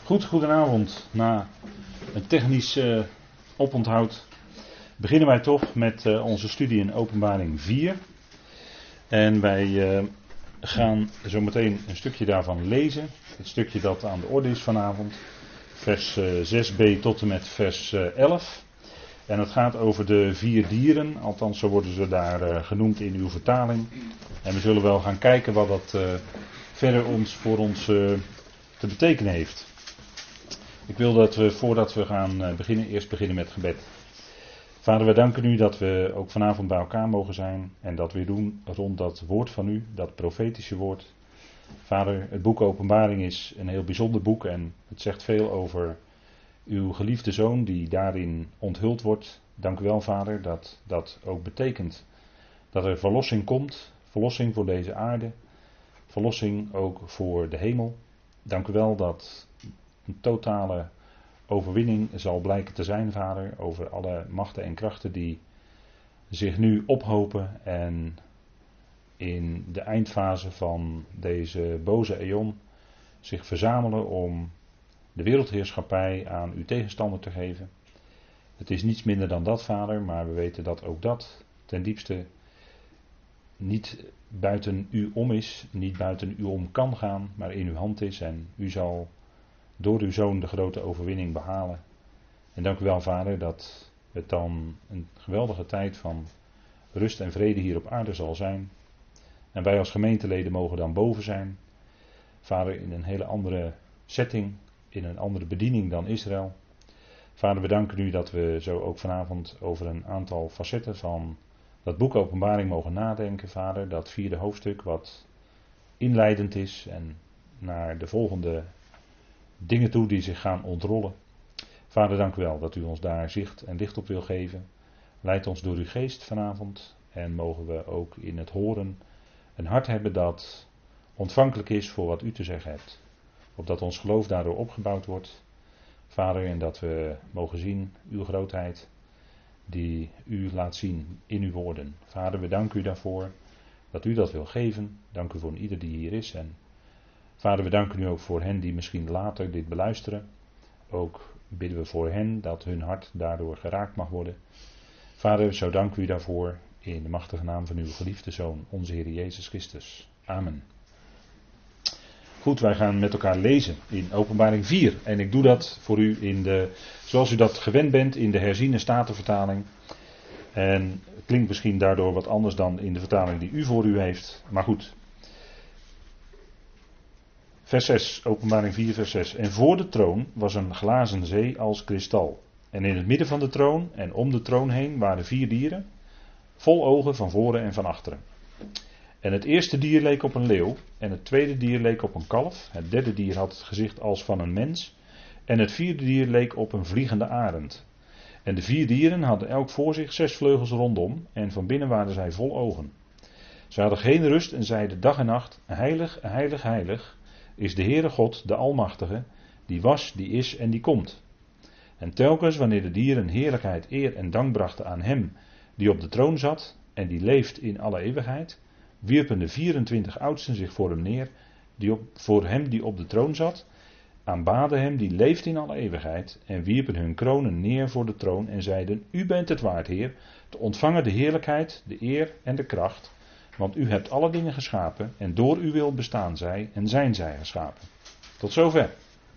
Goedenavond. Na een technisch oponthoud beginnen wij toch met onze studie in Openbaring 4. En wij gaan zo meteen een stukje daarvan lezen. Het stukje dat aan de orde is vanavond. Vers 6b tot en met vers 11. En het gaat over de 4 dieren. Althans, zo worden ze daar genoemd in uw vertaling. En we zullen wel gaan kijken wat dat verder voor ons te betekenen heeft. Ik wil dat we, voordat we gaan beginnen, eerst beginnen met gebed. Vader, we danken u dat we ook vanavond bij elkaar mogen zijn en dat weer doen rond dat woord van u, dat profetische woord. Vader, het boek Openbaring is een heel bijzonder boek en het zegt veel over uw geliefde zoon die daarin onthuld wordt. Dank u wel, Vader, dat dat ook betekent dat er verlossing komt, verlossing voor deze aarde, verlossing ook voor de hemel. Dank u wel dat een totale overwinning zal blijken te zijn, Vader, over alle machten en krachten die zich nu ophopen en in de eindfase van deze boze eon zich verzamelen om de wereldheerschappij aan uw tegenstander te geven. Het is niets minder dan dat, Vader, maar we weten dat ook dat ten diepste niet buiten u om is, niet buiten u om kan gaan, maar in uw hand is en u zal door uw zoon de grote overwinning behalen. En dank u wel, Vader, dat het dan een geweldige tijd van rust en vrede hier op aarde zal zijn. En wij als gemeenteleden mogen dan boven zijn. Vader, in een hele andere setting, in een andere bediening dan Israël. Vader, we danken u dat we zo ook vanavond over een aantal facetten van dat boek Openbaring mogen nadenken, Vader. Dat 4e hoofdstuk wat inleidend is en naar de volgende dingen toe die zich gaan ontrollen. Vader, dank u wel dat u ons daar zicht en licht op wil geven. Leid ons door uw geest vanavond en mogen we ook in het horen een hart hebben dat ontvankelijk is voor wat u te zeggen hebt. Opdat ons geloof daardoor opgebouwd wordt. Vader, en dat we mogen zien uw grootheid die u laat zien in uw woorden. Vader, we danken u daarvoor dat u dat wil geven. Dank u voor ieder die hier is. En Vader, we danken u ook voor hen die misschien later dit beluisteren. Ook bidden we voor hen dat hun hart daardoor geraakt mag worden. Vader, zo danken u daarvoor in de machtige naam van uw geliefde Zoon, onze Heer Jezus Christus. Amen. Goed, wij gaan met elkaar lezen in Openbaring 4. En ik doe dat voor u zoals u dat gewend bent, in de herziene statenvertaling. En het klinkt misschien daardoor wat anders dan in de vertaling die u voor u heeft. Maar goed. Vers 6, Openbaring 4, vers 6. En voor de troon was een glazen zee als kristal. En in het midden van de troon en om de troon heen waren 4 dieren, vol ogen van voren en van achteren. En het eerste dier leek op een leeuw, en het tweede dier leek op een kalf. Het derde dier had het gezicht als van een mens. En het 4e dier leek op een vliegende arend. En de 4 dieren hadden elk voor zich 6 vleugels rondom, en van binnen waren zij vol ogen. Zij hadden geen rust en zeiden dag en nacht: heilig, heilig, heilig is de Heere God, de Almachtige, die was, die is en die komt. En telkens wanneer de dieren heerlijkheid, eer en dank brachten aan hem die op de troon zat en die leeft in alle eeuwigheid, wierpen de 24 oudsten zich voor hem neer, voor hem die op de troon zat, aanbaden hem die leeft in alle eeuwigheid en wierpen hun kronen neer voor de troon en zeiden: U bent het waard, Heer, te ontvangen de heerlijkheid, de eer en de kracht, want u hebt alle dingen geschapen en door uw wil bestaan zij en zijn zij geschapen. Tot zover.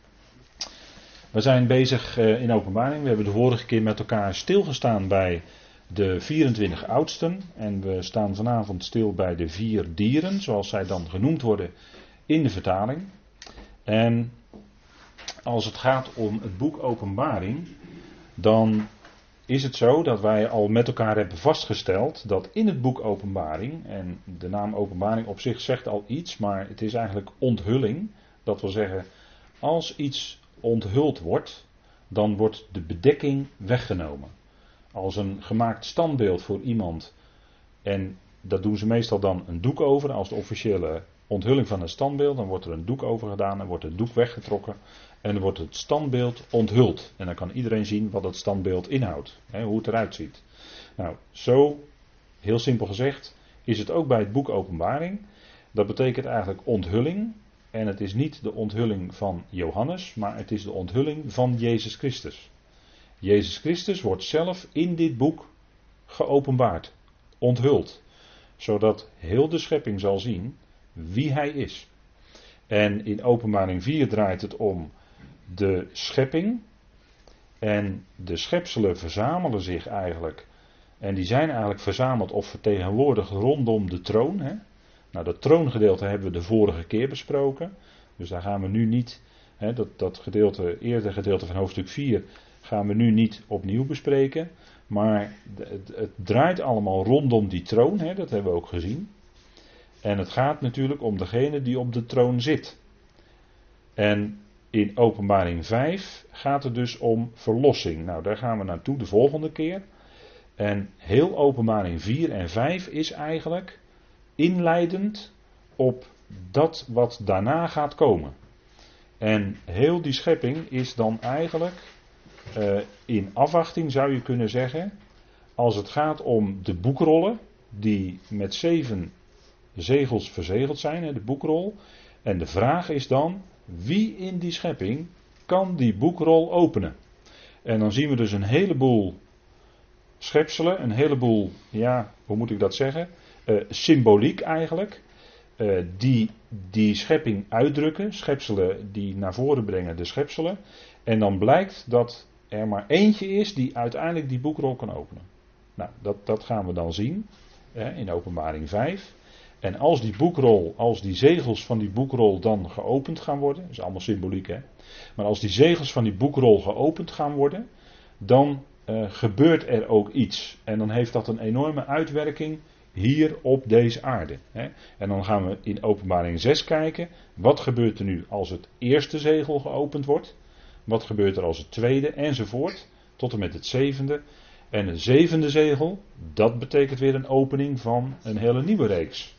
We zijn bezig in Openbaring. We hebben de vorige keer met elkaar stilgestaan bij de 24 oudsten. En we staan vanavond stil bij de 4 dieren, zoals zij dan genoemd worden in de vertaling. En als het gaat om het boek Openbaring, dan is het zo dat wij al met elkaar hebben vastgesteld dat in het boek Openbaring, en de naam Openbaring op zich zegt al iets, maar het is eigenlijk onthulling. Dat wil zeggen, als iets onthuld wordt, dan wordt de bedekking weggenomen. Als een gemaakt standbeeld voor iemand, en dat doen ze meestal dan een doek over, als de officiële onthulling van een standbeeld, dan wordt er een doek over gedaan, dan wordt het doek weggetrokken en dan wordt het standbeeld onthuld. En dan kan iedereen zien wat het standbeeld inhoudt, hoe het eruit ziet. Nou, zo, heel simpel gezegd, is het ook bij het boek Openbaring. Dat betekent eigenlijk onthulling. En het is niet de onthulling van Johannes, maar het is de onthulling van Jezus Christus. Jezus Christus wordt zelf in dit boek geopenbaard, onthuld, zodat heel de schepping zal zien wie hij is. En in Openbaring 4 draait het om de schepping. En de schepselen verzamelen zich eigenlijk. En die zijn eigenlijk verzameld of vertegenwoordigd rondom de troon. Hè. Nou, dat troongedeelte hebben we de vorige keer besproken. Dus daar gaan we nu niet, hè, dat gedeelte, eerder gedeelte van hoofdstuk 4, gaan we nu niet opnieuw bespreken. Maar het draait allemaal rondom die troon, hè, dat hebben we ook gezien. En het gaat natuurlijk om degene die op de troon zit. En in Openbaring 5 gaat het dus om verlossing. Nou, daar gaan we naartoe de volgende keer. En heel Openbaring 4 en 5 is eigenlijk inleidend op dat wat daarna gaat komen. En heel die schepping is dan eigenlijk in afwachting, zou je kunnen zeggen, als het gaat om de boekrollen die met 7 zegels verzegeld zijn, de boekrol. En de vraag is dan, wie in die schepping kan die boekrol openen? En dan zien we dus een heleboel schepselen, een heleboel, ja, hoe moet ik dat zeggen? Symboliek eigenlijk, die schepping uitdrukken, schepselen die naar voren brengen de schepselen. En dan blijkt dat er maar eentje is die uiteindelijk die boekrol kan openen. Nou, dat gaan we dan zien in Openbaring 5. En als die boekrol, als die zegels van die boekrol dan geopend gaan worden, dat is allemaal symboliek hè, maar als die zegels van die boekrol geopend gaan worden, dan gebeurt er ook iets. En dan heeft dat een enorme uitwerking hier op deze aarde. Hè. En dan gaan we in Openbaring 6 kijken, wat gebeurt er nu als het eerste zegel geopend wordt, wat gebeurt er als het tweede enzovoort, tot en met het 7e. En het 7e zegel, dat betekent weer een opening van een hele nieuwe reeks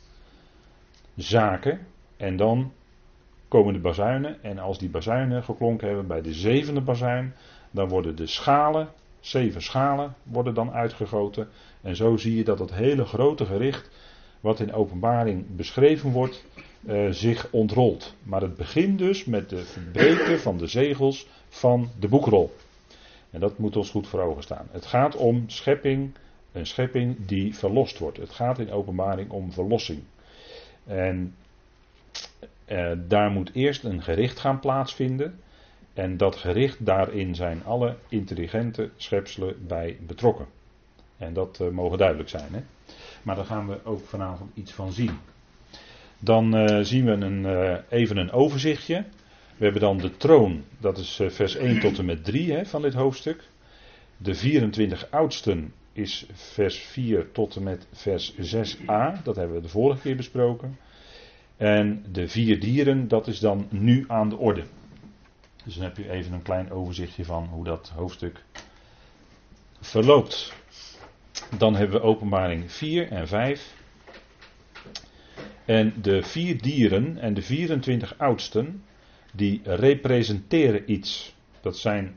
zaken. En dan komen de bazuinen. En als die bazuinen geklonken hebben bij de 7e bazuin, dan worden de schalen, 7 schalen, worden dan uitgegoten. En zo zie je dat het hele grote gericht, wat in Openbaring beschreven wordt, zich ontrolt. Maar het begint dus met de verbreken van de zegels van de boekrol. En dat moet ons goed voor ogen staan. Het gaat om schepping, een schepping die verlost wordt. Het gaat in Openbaring om verlossing. En daar moet eerst een gericht gaan plaatsvinden. En dat gericht, daarin zijn alle intelligente schepselen bij betrokken. En dat mogen duidelijk zijn. Hè? Maar daar gaan we ook vanavond iets van zien. Dan zien we even een overzichtje. We hebben dan de troon, dat is vers 1 tot en met 3 hè, van dit hoofdstuk. De 24 oudsten is vers 4 tot en met vers 6a, dat hebben we de vorige keer besproken. En de 4 dieren, dat is dan nu aan de orde. Dus dan heb je even een klein overzichtje van hoe dat hoofdstuk verloopt. Dan hebben we Openbaring 4 en 5. En de 4 dieren en de 24 oudsten, die representeren iets. Dat zijn,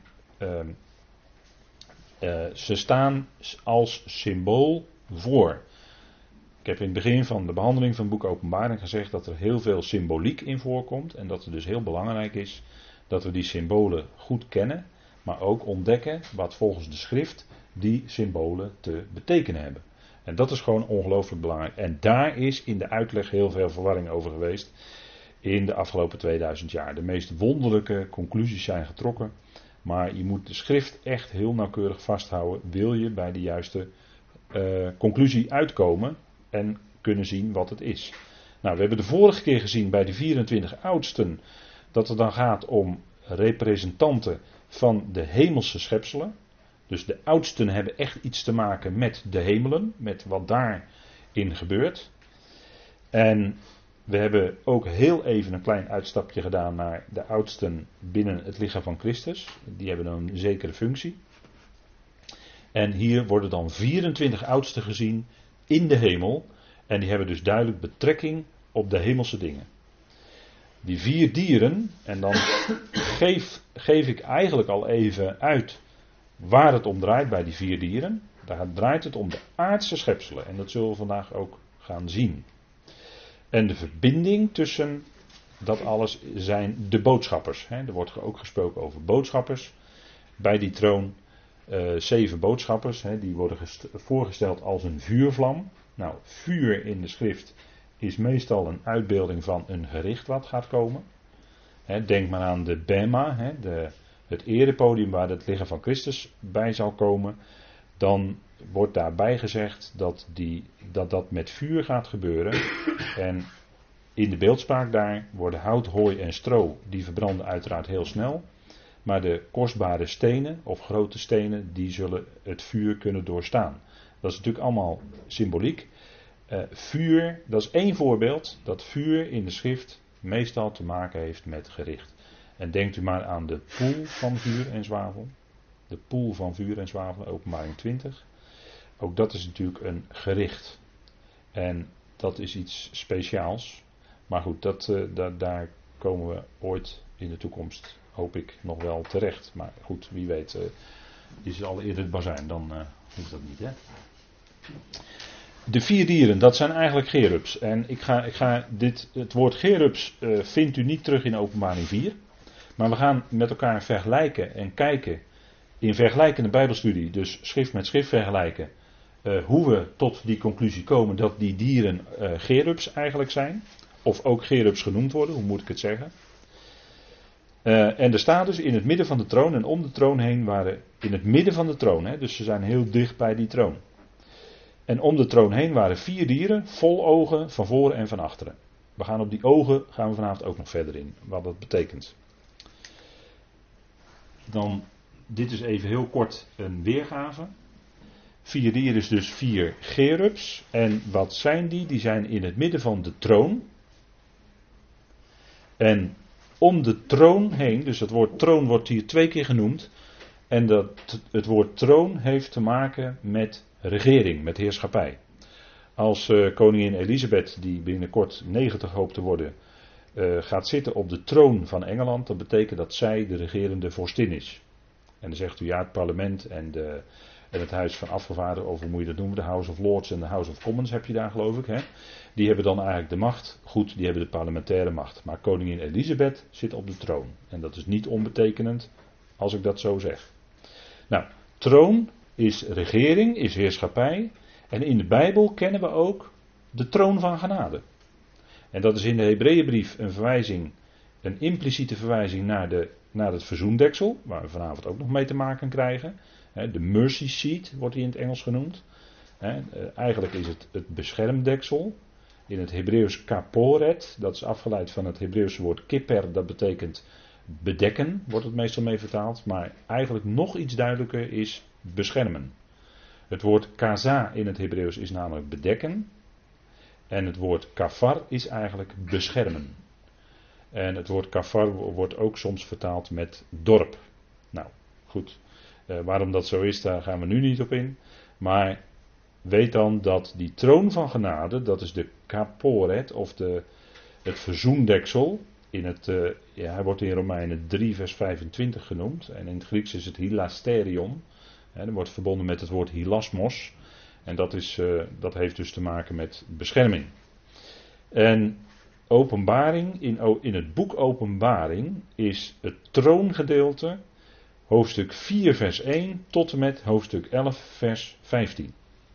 ze staan als symbool voor. Ik heb in het begin van de behandeling van het boek Openbaring gezegd dat er heel veel symboliek in voorkomt. En dat het dus heel belangrijk is dat we die symbolen goed kennen. Maar ook ontdekken wat volgens de schrift die symbolen te betekenen hebben. En dat is gewoon ongelooflijk belangrijk. En daar is in de uitleg heel veel verwarring over geweest in de afgelopen 2000 jaar. De meest wonderlijke conclusies zijn getrokken. Maar je moet de schrift echt heel nauwkeurig vasthouden. Wil je bij de juiste conclusie uitkomen en kunnen zien wat het is. Nou, we hebben de vorige keer gezien bij de 24 oudsten dat het dan gaat om representanten van de hemelse schepselen. Dus de oudsten hebben echt iets te maken met de hemelen, met wat daarin gebeurt. En we hebben ook heel even een klein uitstapje gedaan naar de oudsten binnen het lichaam van Christus. Die hebben een zekere functie. En hier worden dan 24 oudsten gezien in de hemel. En die hebben dus duidelijk betrekking op de hemelse dingen. Die 4 dieren, en dan geef ik eigenlijk al even uit waar het om draait bij die 4 dieren. Daar draait het om de aardse schepselen. En dat zullen we vandaag ook gaan zien. En de verbinding tussen dat alles zijn de boodschappers. Hè. Er wordt ook gesproken over boodschappers. Bij die troon 7 boodschappers. Hè, die worden voorgesteld als een vuurvlam. Nou, vuur in de schrift is meestal een uitbeelding van een gericht wat gaat komen. Hè, denk maar aan de Bema, hè, het erepodium waar het lichaam van Christus bij zal komen. Dan wordt daarbij gezegd dat met vuur gaat gebeuren. En in de beeldspraak daar worden hout, hooi en stro, die verbranden uiteraard heel snel. Maar de kostbare stenen, of grote stenen, die zullen het vuur kunnen doorstaan. Dat is natuurlijk allemaal symboliek. Vuur, dat is één voorbeeld, dat vuur in de schrift meestal te maken heeft met gericht. En denkt u maar aan de poel van vuur en zwavel. De poel van vuur en zwavel, Openbaring 20. Ook dat is natuurlijk een gericht. En dat is iets speciaals. Maar goed, daar komen we ooit in de toekomst, hoop ik, nog wel terecht. Maar goed, wie weet, is het al eerder het bazijn, dan hoeft dat niet, hè. De 4 dieren, dat zijn eigenlijk cherubs. En het woord cherubs vindt u niet terug in Openbaring 4. Maar we gaan met elkaar vergelijken en kijken in vergelijkende bijbelstudie, dus schrift met schrift vergelijken, hoe we tot die conclusie komen dat die dieren cherubs eigenlijk zijn. Of ook cherubs genoemd worden, hoe moet ik het zeggen. En er staat dus in het midden van de troon en om de troon heen waren, in het midden van de troon, hè, dus ze zijn heel dicht bij die troon. En om de troon heen waren 4 dieren, vol ogen, van voren en van achteren. We gaan op die ogen vanavond ook nog verder in, wat dat betekent. Dan, dit is even heel kort een weergave. 4 dieren is dus 4 cherubs. En wat zijn die? Die zijn in het midden van de troon. En om de troon heen, dus het woord troon wordt hier 2 keer genoemd. En het woord troon heeft te maken met regering, met heerschappij. Als koningin Elisabeth, die binnenkort 90 hoopt te worden, gaat zitten op de troon van Engeland, dan betekent dat zij de regerende vorstin is. En dan zegt u ja, het parlement en het huis van afgevaardigden, of hoe moet je dat noemen, de House of Lords en de House of Commons heb je daar geloof ik. Hè? Die hebben dan eigenlijk de macht, goed, die hebben de parlementaire macht. Maar koningin Elisabeth zit op de troon. En dat is niet onbetekenend als ik dat zo zeg. Nou, troon is regering, is heerschappij. En in de Bijbel kennen we ook de troon van genade. En dat is in de Hebreeënbrief een verwijzing, een impliciete verwijzing naar het verzoendeksel, waar we vanavond ook nog mee te maken krijgen. De mercy seat wordt die in het Engels genoemd. Eigenlijk is het beschermdeksel. In het Hebreeuws kaporet, dat is afgeleid van het Hebreeuwse woord kipper, dat betekent bedekken, wordt het meestal mee vertaald. Maar eigenlijk nog iets duidelijker is beschermen. Het woord kaza in het Hebreeuws is namelijk bedekken. En het woord kafar is eigenlijk beschermen. En het woord kafar wordt ook soms vertaald met dorp. Nou, goed. Waarom dat zo is, daar gaan we nu niet op in. Maar weet dan dat die troon van genade, dat is de kaporet of het verzoendeksel. Hij wordt in Romeinen 3 vers 25 genoemd. En in het Grieks is het hilasterion. Dat wordt verbonden met het woord hilasmos. En dat heeft dus te maken met bescherming. En openbaring, in het boek Openbaring is het troongedeelte hoofdstuk 4 vers 1 tot en met hoofdstuk 11 vers 15.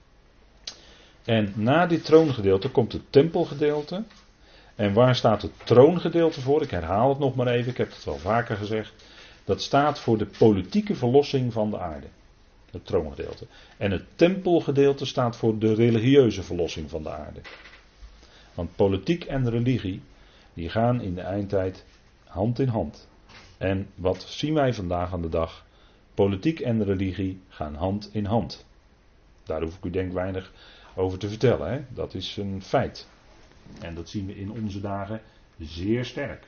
En na dit troongedeelte komt het tempelgedeelte. En waar staat het troongedeelte voor? Ik herhaal het nog maar even, ik heb het wel vaker gezegd. Dat staat voor de politieke verlossing van de aarde. Het troongedeelte. En het tempelgedeelte staat voor de religieuze verlossing van de aarde. Want politiek en religie, die gaan in de eindtijd hand in hand. En wat zien wij vandaag aan de dag? Politiek en religie gaan hand in hand. Daar hoef ik u denk ik weinig over te vertellen. Hè? Dat is een feit. En dat zien we in onze dagen zeer sterk.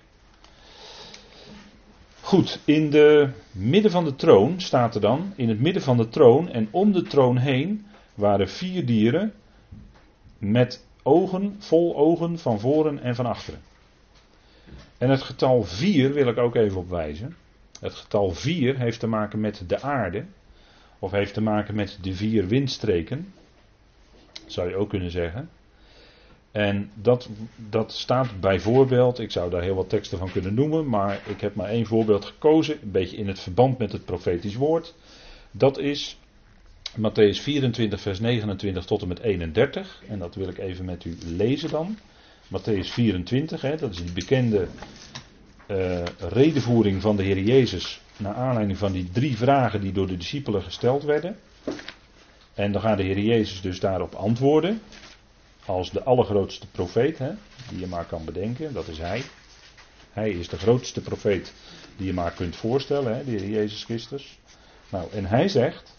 Goed, in de midden van de troon staat er dan, in het midden van de troon en om de troon heen waren 4 dieren met ogen, vol ogen van voren en van achteren. En het getal 4 wil ik ook even op wijzen. Het getal 4 heeft te maken met de aarde, of heeft te maken met de 4 windstreken, zou je ook kunnen zeggen. En dat staat bijvoorbeeld, ik zou daar heel wat teksten van kunnen noemen, maar ik heb maar één voorbeeld gekozen, een beetje in het verband met het profetisch woord. Dat is Mattheüs 24 vers 29 tot en met 31. En dat wil ik even met u lezen dan. Mattheüs 24, dat is die bekende redevoering van de Heer Jezus naar aanleiding van die 3 vragen die door de discipelen gesteld werden. En dan gaat de Heer Jezus dus daarop antwoorden. Als de allergrootste profeet, die je maar kan bedenken, dat is Hij. Hij is de grootste profeet die je maar kunt voorstellen, de Heer Jezus Christus. Nou, en Hij zegt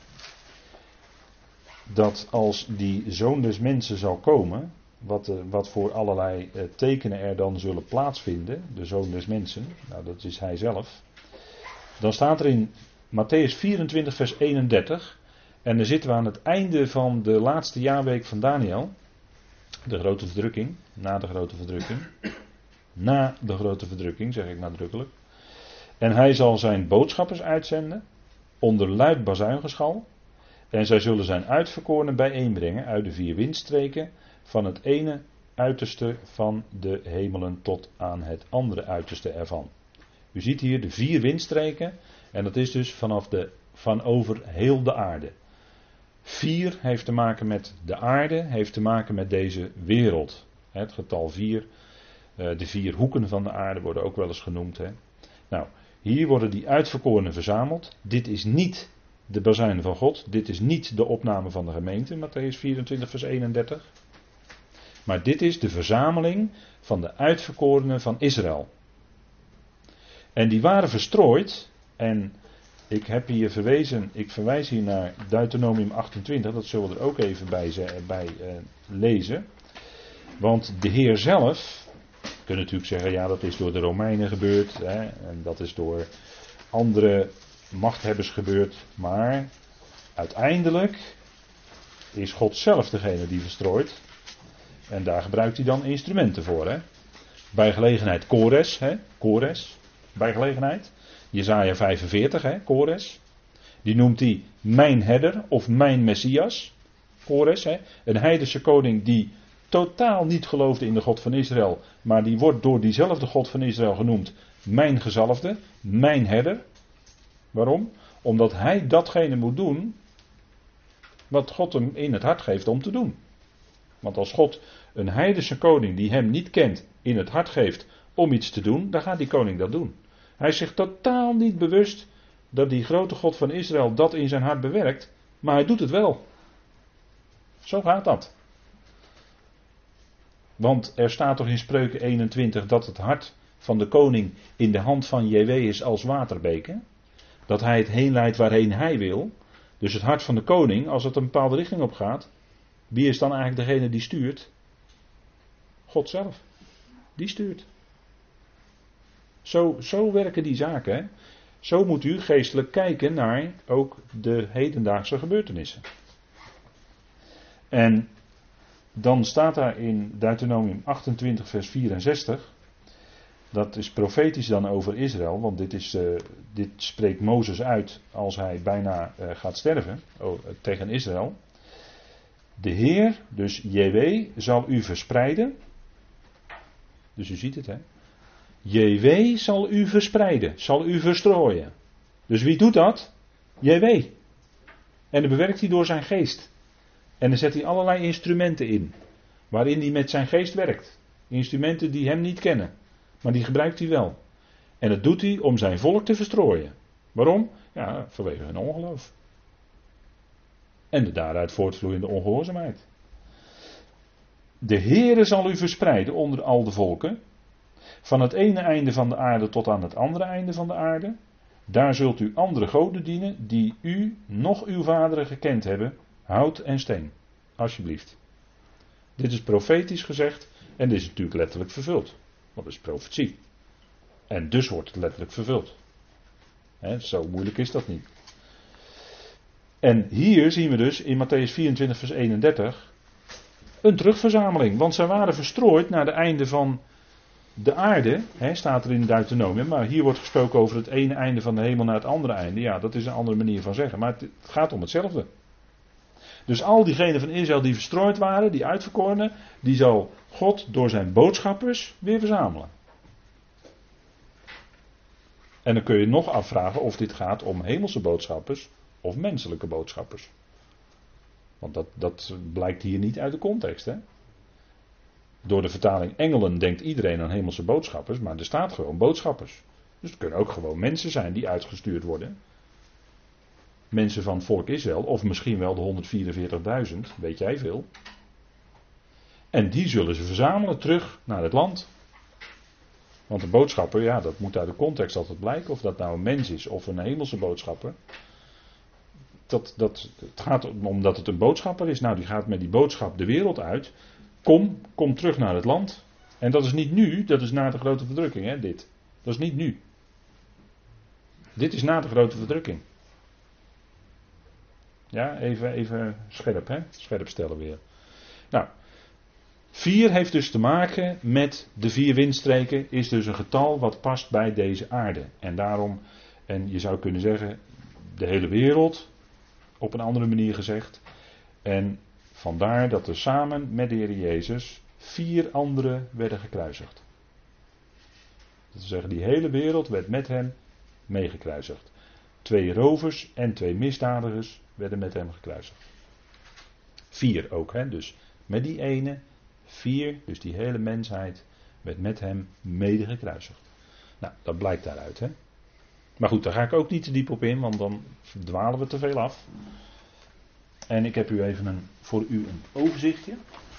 dat als die Zoon des Mensen zal komen, wat voor allerlei tekenen er dan zullen plaatsvinden, de Zoon des Mensen, nou dat is Hij zelf. Dan staat er in Mattheüs 24 vers 31, en dan zitten we aan het einde van de laatste jaarweek van Daniël. De grote verdrukking, na de grote verdrukking. Na de grote verdrukking, zeg ik nadrukkelijk. En hij zal zijn boodschappers uitzenden, onder luid bazuingeschal. En zij zullen zijn uitverkorenen bijeenbrengen uit de 4 windstreken, van het ene uiterste van de hemelen tot aan het andere uiterste ervan. U ziet hier de 4 windstreken, en dat is dus van over heel de aarde. 4 heeft te maken met de aarde, heeft te maken met deze wereld. Het getal 4, de 4 hoeken van de aarde worden ook wel eens genoemd. Nou, hier worden die uitverkorenen verzameld. Dit is niet de bazuin van God, dit is niet de opname van de gemeente, Mattheüs 24 vers 31. Maar dit is de verzameling van de uitverkorenen van Israël. En die waren verstrooid, en ik heb hier ik verwijs hier naar Deuteronomium 28, dat zullen we er ook even bij lezen. Want de Heer zelf, we kunnen natuurlijk zeggen, ja dat is door de Romeinen gebeurd, en dat is door andere machthebbers gebeurd, maar uiteindelijk is God zelf degene die verstrooit. En daar gebruikt hij dan instrumenten voor. Bij gelegenheid Kores, bij gelegenheid. Jesaja 45, Kores. Die noemt hij mijn herder of mijn Messias. Kores, een heidense koning die totaal niet geloofde in de God van Israël. Maar die wordt door diezelfde God van Israël genoemd mijn gezalfde, mijn herder. Waarom? Omdat hij datgene moet doen wat God hem in het hart geeft om te doen. Want als God een heidense koning die hem niet kent in het hart geeft om iets te doen, dan gaat die koning dat doen. Hij is zich totaal niet bewust dat die grote God van Israël dat in zijn hart bewerkt, maar hij doet het wel. Zo gaat dat. Want er staat toch in Spreuken 21 dat het hart van de koning in de hand van JW is als waterbeken. Dat hij het heen leidt waarheen hij wil. Dus het hart van de koning, als het een bepaalde richting op gaat, wie is dan eigenlijk degene die stuurt? God zelf. Die stuurt. Zo werken die zaken. Zo moet u geestelijk kijken naar ook de hedendaagse gebeurtenissen. En dan staat daar in Deuteronomium 28 vers 64. Dat is profetisch dan over Israël, want dit spreekt Mozes uit als hij bijna gaat sterven tegen Israël. De Heer, dus JW, zal u verspreiden. Dus u ziet het, JW zal u verspreiden, zal u verstrooien. Dus wie doet dat? JW. En dat bewerkt hij door zijn geest. En dan zet hij allerlei instrumenten in, waarin hij met zijn geest werkt. Instrumenten die hem niet kennen, maar die gebruikt hij wel. En dat doet hij om zijn volk te verstrooien. Waarom? Ja, vanwege hun ongeloof. En de daaruit voortvloeiende ongehoorzaamheid. De Heere zal u verspreiden onder al de volken. Van het ene einde van de aarde tot aan het andere einde van de aarde. Daar zult u andere goden dienen die u nog uw vaderen gekend hebben. Hout en steen. Alsjeblieft. Dit is profetisch gezegd en dit is natuurlijk letterlijk vervuld. Want het is profetie. En dus wordt het letterlijk vervuld. Zo moeilijk is dat niet. En hier zien we dus in Mattheüs 24 vers 31 een terugverzameling. Want zij waren verstrooid naar de einde van de aarde. Staat er in Deuteronomium. Maar hier wordt gesproken over het ene einde van de hemel naar het andere einde. Ja, dat is een andere manier van zeggen. Maar het gaat om hetzelfde. Dus al diegenen van Israël die verstrooid waren, die uitverkorenen, die zal God door zijn boodschappers weer verzamelen. En dan kun je nog afvragen of dit gaat om hemelse boodschappers of menselijke boodschappers. Want dat blijkt hier niet uit de context. Hè? Door de vertaling engelen denkt iedereen aan hemelse boodschappers, maar er staat gewoon boodschappers. Dus het kunnen ook gewoon mensen zijn die uitgestuurd worden. Mensen van het volk Israël, of misschien wel de 144.000, weet jij veel. En die zullen ze verzamelen terug naar het land. Want de boodschapper, ja, dat moet uit de context altijd blijken. Of dat nou een mens is of een hemelse boodschapper. Het gaat om dat het een boodschapper is. Nou, die gaat met die boodschap de wereld uit. Kom terug naar het land. En dat is niet nu, dat is na de grote verdrukking, hè, dit. Dat is niet nu. Dit is na de grote verdrukking. Ja, even scherp, hè? Scherp stellen weer. Nou, 4 heeft dus te maken met de 4 windstreken, is dus een getal wat past bij deze aarde. En daarom, en je zou kunnen zeggen, de hele wereld, op een andere manier gezegd. En vandaar dat er samen met de Heer Jezus 4 anderen werden gekruisigd. Dat wil zeggen, die hele wereld werd met hem meegekruisigd. 2 rovers en 2 misdadigers werden met hem gekruisigd. 4 ook, hè? Dus met die ene, 4, dus die hele mensheid, werd met hem mede gekruisigd. Nou, dat blijkt daaruit, hè? Maar goed, daar ga ik ook niet te diep op in, want dan dwalen we te veel af. En ik heb voor u een overzichtje.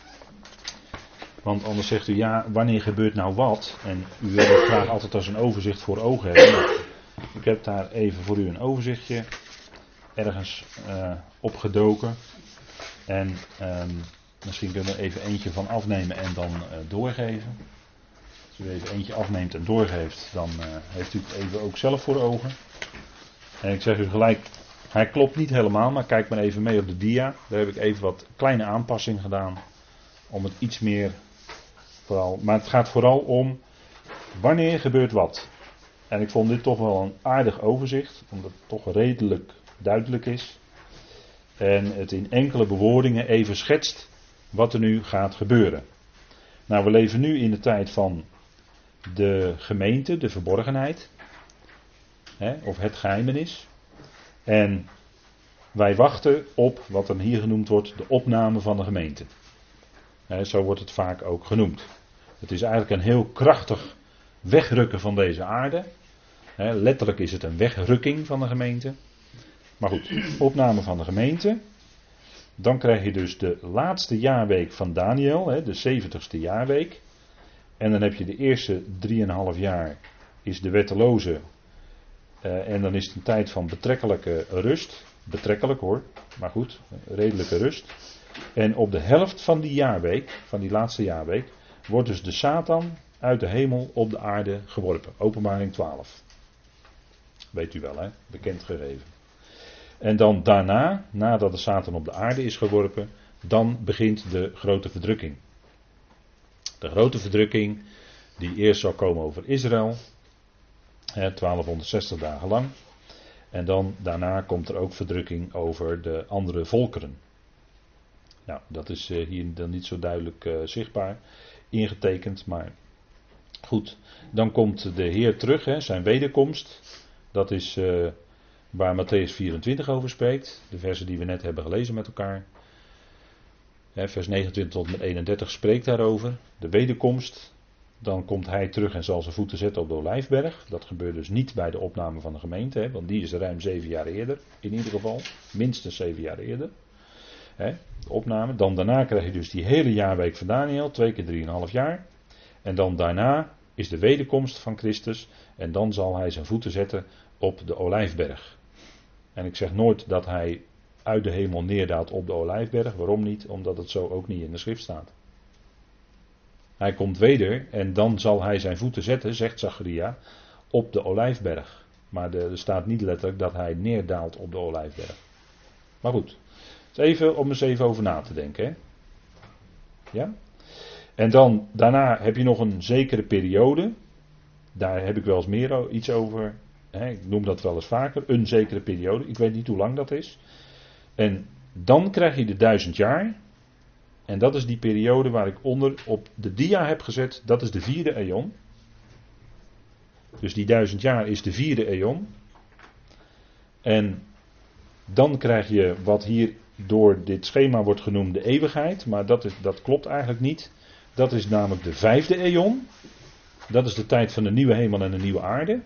Want anders zegt u, ja, wanneer gebeurt nou wat? En u wil het graag altijd als een overzicht voor ogen hebben. Nou, ik heb daar even voor u een overzichtje ergens opgedoken. En misschien kunnen we er even eentje van afnemen en dan doorgeven. Als u even eentje afneemt en doorgeeft, dan heeft u het even ook zelf voor ogen. En ik zeg u gelijk, hij klopt niet helemaal, maar kijk maar even mee op de dia. Daar heb ik even wat kleine aanpassingen gedaan. Om het iets meer, maar het gaat vooral om wanneer gebeurt wat. En ik vond dit toch wel een aardig overzicht, omdat het toch redelijk duidelijk is. En het in enkele bewoordingen even schetst wat er nu gaat gebeuren. Nou, we leven nu in de tijd van de gemeente, de verborgenheid. Of het geheimenis. En wij wachten op wat dan hier genoemd wordt, de opname van de gemeente. Zo wordt het vaak ook genoemd. Het is eigenlijk een heel krachtig wegrukken van deze aarde. Letterlijk is het een wegrukking van de gemeente. Maar goed, opname van de gemeente. Dan krijg je dus de laatste jaarweek van Daniel, de 70ste jaarweek. En dan heb je de eerste 3,5 jaar is de wetteloze. En dan is het een tijd van betrekkelijke rust. Betrekkelijk hoor, maar goed, redelijke rust. En op de helft van die jaarweek, van die laatste jaarweek, wordt dus de Satan uit de hemel op de aarde geworpen. Openbaring 12. Weet u wel, hè? Bekend gegeven. En dan daarna, nadat de Satan op de aarde is geworpen, dan begint de grote verdrukking. De grote verdrukking die eerst zal komen over Israël. 1260 dagen lang. En dan daarna komt er ook verdrukking over de andere volkeren. Nou, dat is hier dan niet zo duidelijk zichtbaar ingetekend, maar goed. Dan komt de Heer terug, zijn wederkomst. Dat is waar Matthäus 24 over spreekt. De versen die we net hebben gelezen met elkaar. Vers 29 tot en met 31 spreekt daarover. De wederkomst. Dan komt hij terug en zal zijn voeten zetten op de Olijfberg. Dat gebeurt dus niet bij de opname van de gemeente. Want die is ruim 7 jaar eerder. In ieder geval. Minstens 7 jaar eerder. De opname. Dan daarna krijg je dus die hele jaarweek van Daniel. 2 keer 3,5 jaar. En dan daarna is de wederkomst van Christus. En dan zal hij zijn voeten zetten op de Olijfberg. En ik zeg nooit dat hij uit de hemel neerdaalt op de Olijfberg. Waarom niet? Omdat het zo ook niet in de schrift staat. Hij komt weder en dan zal hij zijn voeten zetten, zegt Zacharia, op de Olijfberg. Maar er staat niet letterlijk dat hij neerdaalt op de Olijfberg. Maar goed, dus even om eens even over na te denken. Hè? Ja? En dan daarna heb je nog een zekere periode. Daar heb ik wel eens meer iets over. Ik noem dat wel eens vaker. Een zekere periode. Ik weet niet hoe lang dat is. En Dan krijg je de 1000 jaar. En dat is die periode waar ik onder op de dia heb gezet. Dat is de 4e eon. Dus die 1000 jaar is de 4e eon. En dan krijg je wat hier door dit schema wordt genoemd de eeuwigheid. Maar dat klopt eigenlijk niet. Dat is namelijk de 5e eon. Dat is de tijd van de nieuwe hemel en de nieuwe aarde.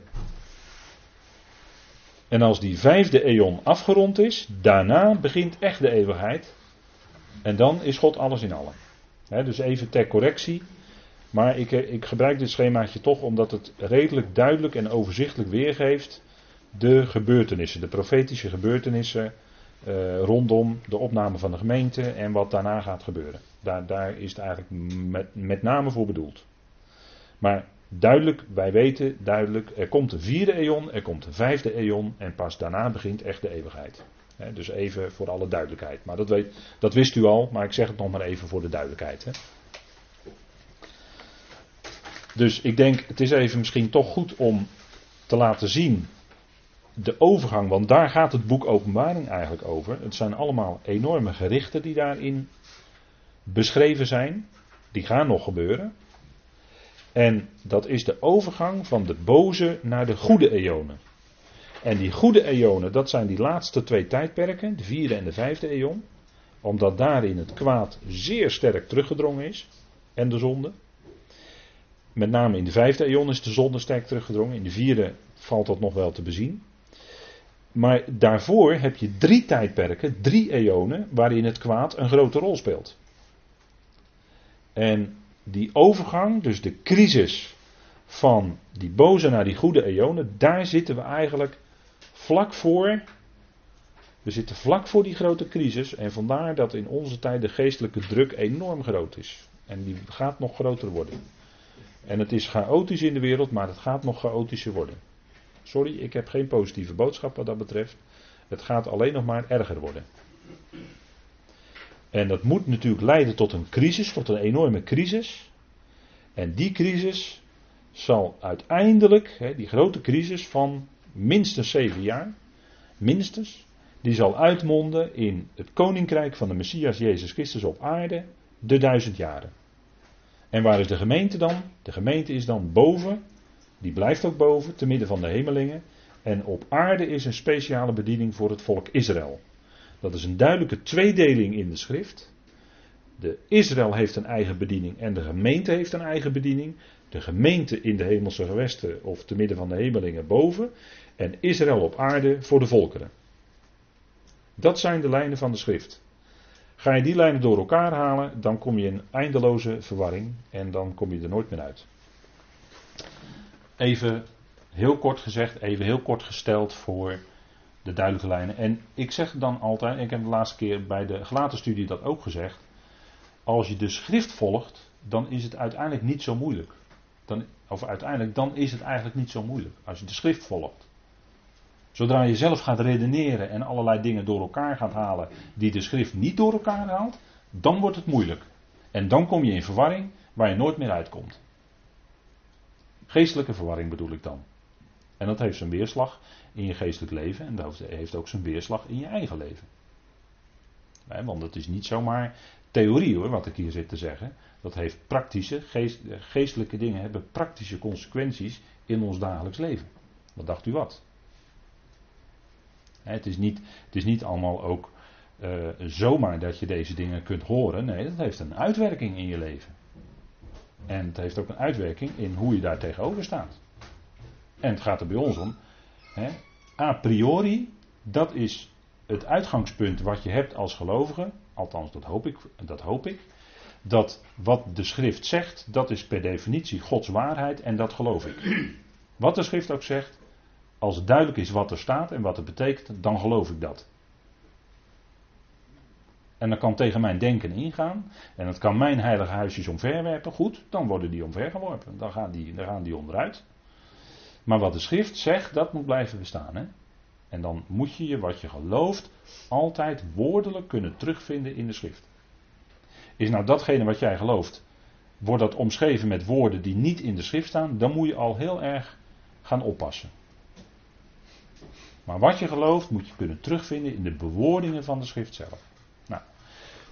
En als die 5e eon afgerond is, daarna begint echt de eeuwigheid. En dan is God alles in allen. Dus even ter correctie. Maar ik gebruik dit schemaatje toch omdat het redelijk duidelijk en overzichtelijk weergeeft de gebeurtenissen, de profetische gebeurtenissen rondom de opname van de gemeente en wat daarna gaat gebeuren. Daar is het eigenlijk met name voor bedoeld. Maar duidelijk, wij weten duidelijk, er komt een 4e eon, er komt een 5e eon en pas daarna begint echt de eeuwigheid. Dus even voor alle duidelijkheid. Maar dat wist u al, maar ik zeg het nog maar even voor de duidelijkheid. Dus ik denk, het is even misschien toch goed om te laten zien de overgang, want daar gaat het boek Openbaring eigenlijk over. Het zijn allemaal enorme gerichten die daarin beschreven zijn. Die gaan nog gebeuren. En dat is de overgang van de boze naar de goede eonen. En die goede eonen, dat zijn die laatste 2 tijdperken, de 4e en de 5e eon. Omdat daarin het kwaad zeer sterk teruggedrongen is. En de zonde. Met name in de 5e eon is de zonde sterk teruggedrongen. In de 4e valt dat nog wel te bezien. Maar daarvoor heb je 3 tijdperken, 3 eonen, waarin het kwaad een grote rol speelt. En die overgang, dus de crisis van die boze naar die goede eonen, daar zitten we eigenlijk vlak voor. We zitten vlak voor die grote crisis en vandaar dat in onze tijd de geestelijke druk enorm groot is. En die gaat nog groter worden. En het is chaotisch in de wereld, maar het gaat nog chaotischer worden. Sorry, ik heb geen positieve boodschap wat dat betreft. Het gaat alleen nog maar erger worden. En dat moet natuurlijk leiden tot een crisis, tot een enorme crisis. En die crisis zal uiteindelijk, die grote crisis van minstens 7 jaar, minstens, die zal uitmonden in het koninkrijk van de Messias Jezus Christus op aarde, de 1000 jaren. En waar is de gemeente dan? De gemeente is dan boven, die blijft ook boven, te midden van de hemelingen. En op aarde is een speciale bediening voor het volk Israël. Dat is een duidelijke tweedeling in de schrift. De Israël heeft een eigen bediening en de gemeente heeft een eigen bediening. De gemeente in de hemelse gewesten of te midden van de hemelingen boven. En Israël op aarde voor de volkeren. Dat zijn de lijnen van de schrift. Ga je die lijnen door elkaar halen, dan kom je in eindeloze verwarring en dan kom je er nooit meer uit. Even heel kort gezegd, even heel kort gesteld voor de duidelijke lijnen. En ik zeg dan altijd, ik heb de laatste keer bij de gelaten studie dat ook gezegd. Als je de schrift volgt, dan is het uiteindelijk niet zo moeilijk. Dan is het eigenlijk niet zo moeilijk. Als je de schrift volgt. Zodra je zelf gaat redeneren en allerlei dingen door elkaar gaat halen die de schrift niet door elkaar haalt, dan wordt het moeilijk. En dan kom je in verwarring waar je nooit meer uitkomt. Geestelijke verwarring bedoel ik dan. En dat heeft zijn weerslag in je geestelijk leven en dat heeft ook zijn weerslag in je eigen leven. Want het is niet zomaar theorie hoor, wat ik hier zit te zeggen. Dat heeft praktische, geestelijke dingen hebben praktische consequenties in ons dagelijks leven. Wat dacht u wat? Het is niet allemaal ook zomaar dat je deze dingen kunt horen. Nee, dat heeft een uitwerking in je leven. En het heeft ook een uitwerking in hoe je daar tegenover staat. En het gaat er bij ons om. A priori, dat is het uitgangspunt wat je hebt als gelovige. Althans, dat hoop ik. Dat wat de schrift zegt, dat is per definitie Gods waarheid en dat geloof ik. Wat de schrift ook zegt, als het duidelijk is wat er staat en wat het betekent, dan geloof ik dat. En dat kan tegen mijn denken ingaan. En dat kan mijn heilige huisjes omverwerpen. Goed, dan worden die omvergeworpen. Dan gaan die onderuit. Maar wat de schrift zegt, dat moet blijven bestaan. Hè? En dan moet je wat je gelooft altijd woordelijk kunnen terugvinden in de schrift. Is nou datgene wat jij gelooft, wordt dat omschreven met woorden die niet in de schrift staan, dan moet je al heel erg gaan oppassen. Maar wat je gelooft moet je kunnen terugvinden in de bewoordingen van de schrift zelf.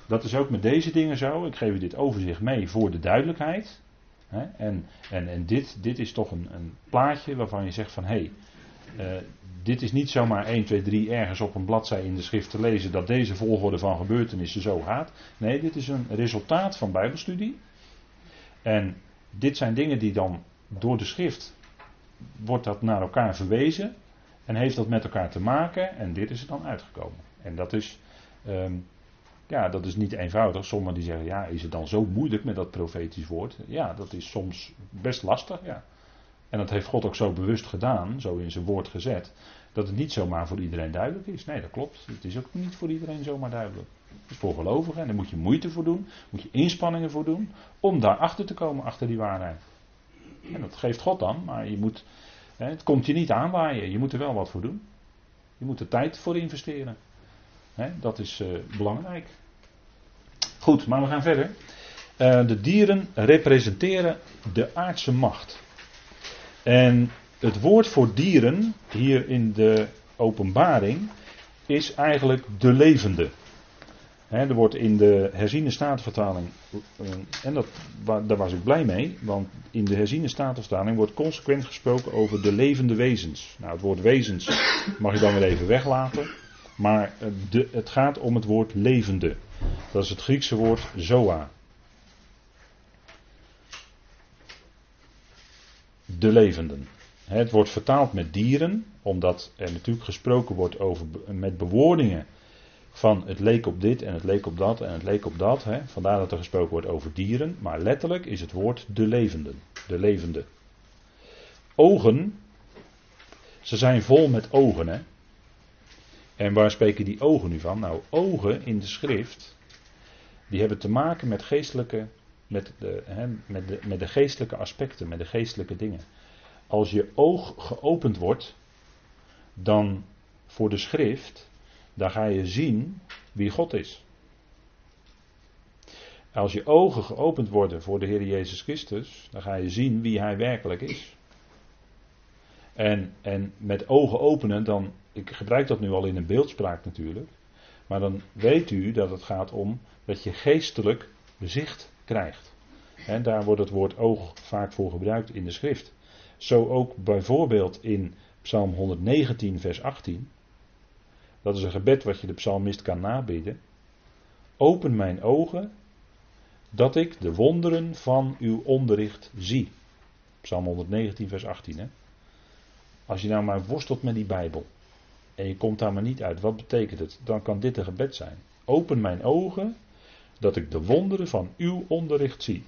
dat is ook met deze dingen zo. Ik geef u dit overzicht mee voor de duidelijkheid. En dit is toch een plaatje waarvan je zegt van hé, dit is niet zomaar 1, 2, 3 ergens op een bladzij in de schrift te lezen dat deze volgorde van gebeurtenissen zo gaat. Nee, dit is een resultaat van Bijbelstudie. En dit zijn dingen die dan door de schrift wordt dat naar elkaar verwezen en heeft dat met elkaar te maken en dit is er dan uitgekomen. En dat is, dat is niet eenvoudig. Sommigen die zeggen, ja, is het dan zo moeilijk met dat profetisch woord? Ja, dat is soms best lastig, ja. En dat heeft God ook zo bewust gedaan, zo in zijn woord gezet, dat het niet zomaar voor iedereen duidelijk is. Nee, dat klopt. Het is ook niet voor iedereen zomaar duidelijk. Het is voor gelovigen en daar moet je moeite voor doen, moet je inspanningen voor doen, om daarachter te komen, achter die waarheid. En dat geeft God dan, maar je moet, het komt je niet aanwaaien, je moet er wel wat voor doen. Je moet er tijd voor investeren. Dat is belangrijk. Goed, maar we gaan verder. De dieren representeren de aardse macht. En het woord voor dieren, hier in de Openbaring, is eigenlijk de levende. Er wordt in de herziene statenvertaling, en daar was ik blij mee, want in de herziene statenvertaling wordt consequent gesproken over de levende wezens. Nou, het woord wezens mag je dan weer even weglaten, maar het gaat om het woord levende. Dat is het Griekse woord zoa. De levenden. Het wordt vertaald met dieren, omdat er natuurlijk gesproken wordt over met bewoordingen van het leek op dit en het leek op dat en het leek op dat. Vandaar dat er gesproken wordt over dieren, maar letterlijk is het woord de levenden. De levende. Ogen, ze zijn vol met ogen. En waar spreken die ogen nu van? Nou, ogen in de schrift, die hebben te maken met geestelijke, met de geestelijke aspecten, met de geestelijke dingen. Als je oog geopend wordt, dan voor de schrift, dan ga je zien wie God is. Als je ogen geopend worden voor de Heer Jezus Christus, dan ga je zien wie Hij werkelijk is. En met ogen openen, dan, ik gebruik dat nu al in een beeldspraak natuurlijk, maar dan weet u dat het gaat om dat je geestelijk zicht krijgt. En daar wordt het woord oog vaak voor gebruikt in de schrift. Zo ook bijvoorbeeld in Psalm 119 vers 18. Dat is een gebed wat je de psalmist kan nabidden. Open mijn ogen, dat ik de wonderen van uw onderricht zie. Psalm 119 vers 18. Hè? Als je nou maar worstelt met die Bijbel. En je komt daar maar niet uit. Wat betekent het? Dan kan dit een gebed zijn. Open mijn ogen, dat ik de wonderen van uw onderricht zie.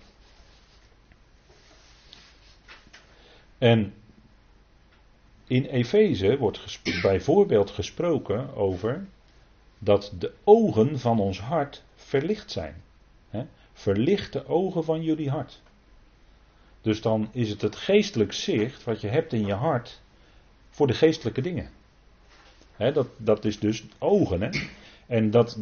En in Efeze wordt bijvoorbeeld gesproken over dat de ogen van ons hart verlicht zijn. Verlicht de ogen van jullie hart. Dus dan is het geestelijk zicht wat je hebt in je hart voor de geestelijke dingen. Dat is dus ogen. Hè? En dat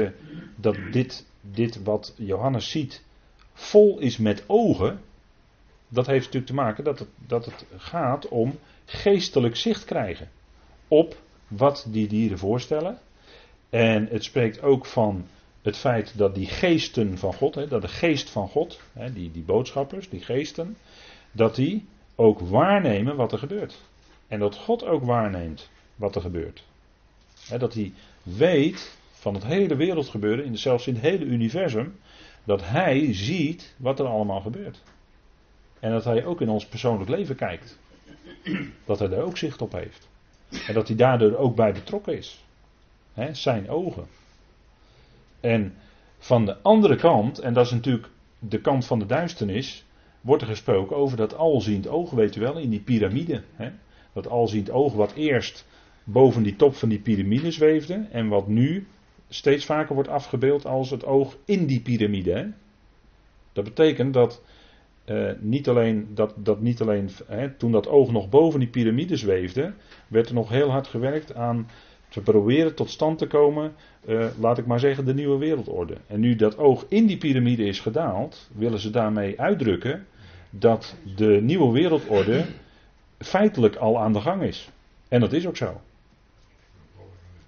dit wat Johannes ziet vol is met ogen, dat heeft natuurlijk te maken dat het gaat om geestelijk zicht krijgen op wat die dieren voorstellen. En het spreekt ook van het feit dat die geesten van God, dat de geest van God, die boodschappers, die geesten, dat die ook waarnemen wat er gebeurt. En dat God ook waarneemt wat er gebeurt. Dat hij weet van het hele wereldgebeuren, zelfs in het hele universum, dat hij ziet wat er allemaal gebeurt. En dat hij ook in ons persoonlijk leven kijkt. Dat hij daar ook zicht op heeft. En dat hij daardoor ook bij betrokken is. Zijn ogen. En van de andere kant, en dat is natuurlijk de kant van de duisternis, wordt er gesproken over dat alziend oog, weet u wel, in die piramide. Dat alziend oog wat eerst boven die top van die piramide zweefde en wat nu steeds vaker wordt afgebeeld als het oog in die piramide. Dat betekent dat niet alleen toen dat oog nog boven die piramide zweefde, werd er nog heel hard gewerkt aan te proberen tot stand te komen, laat ik maar zeggen, de nieuwe wereldorde. En nu dat oog in die piramide is gedaald, willen ze daarmee uitdrukken dat de nieuwe wereldorde feitelijk al aan de gang is. En dat is ook zo.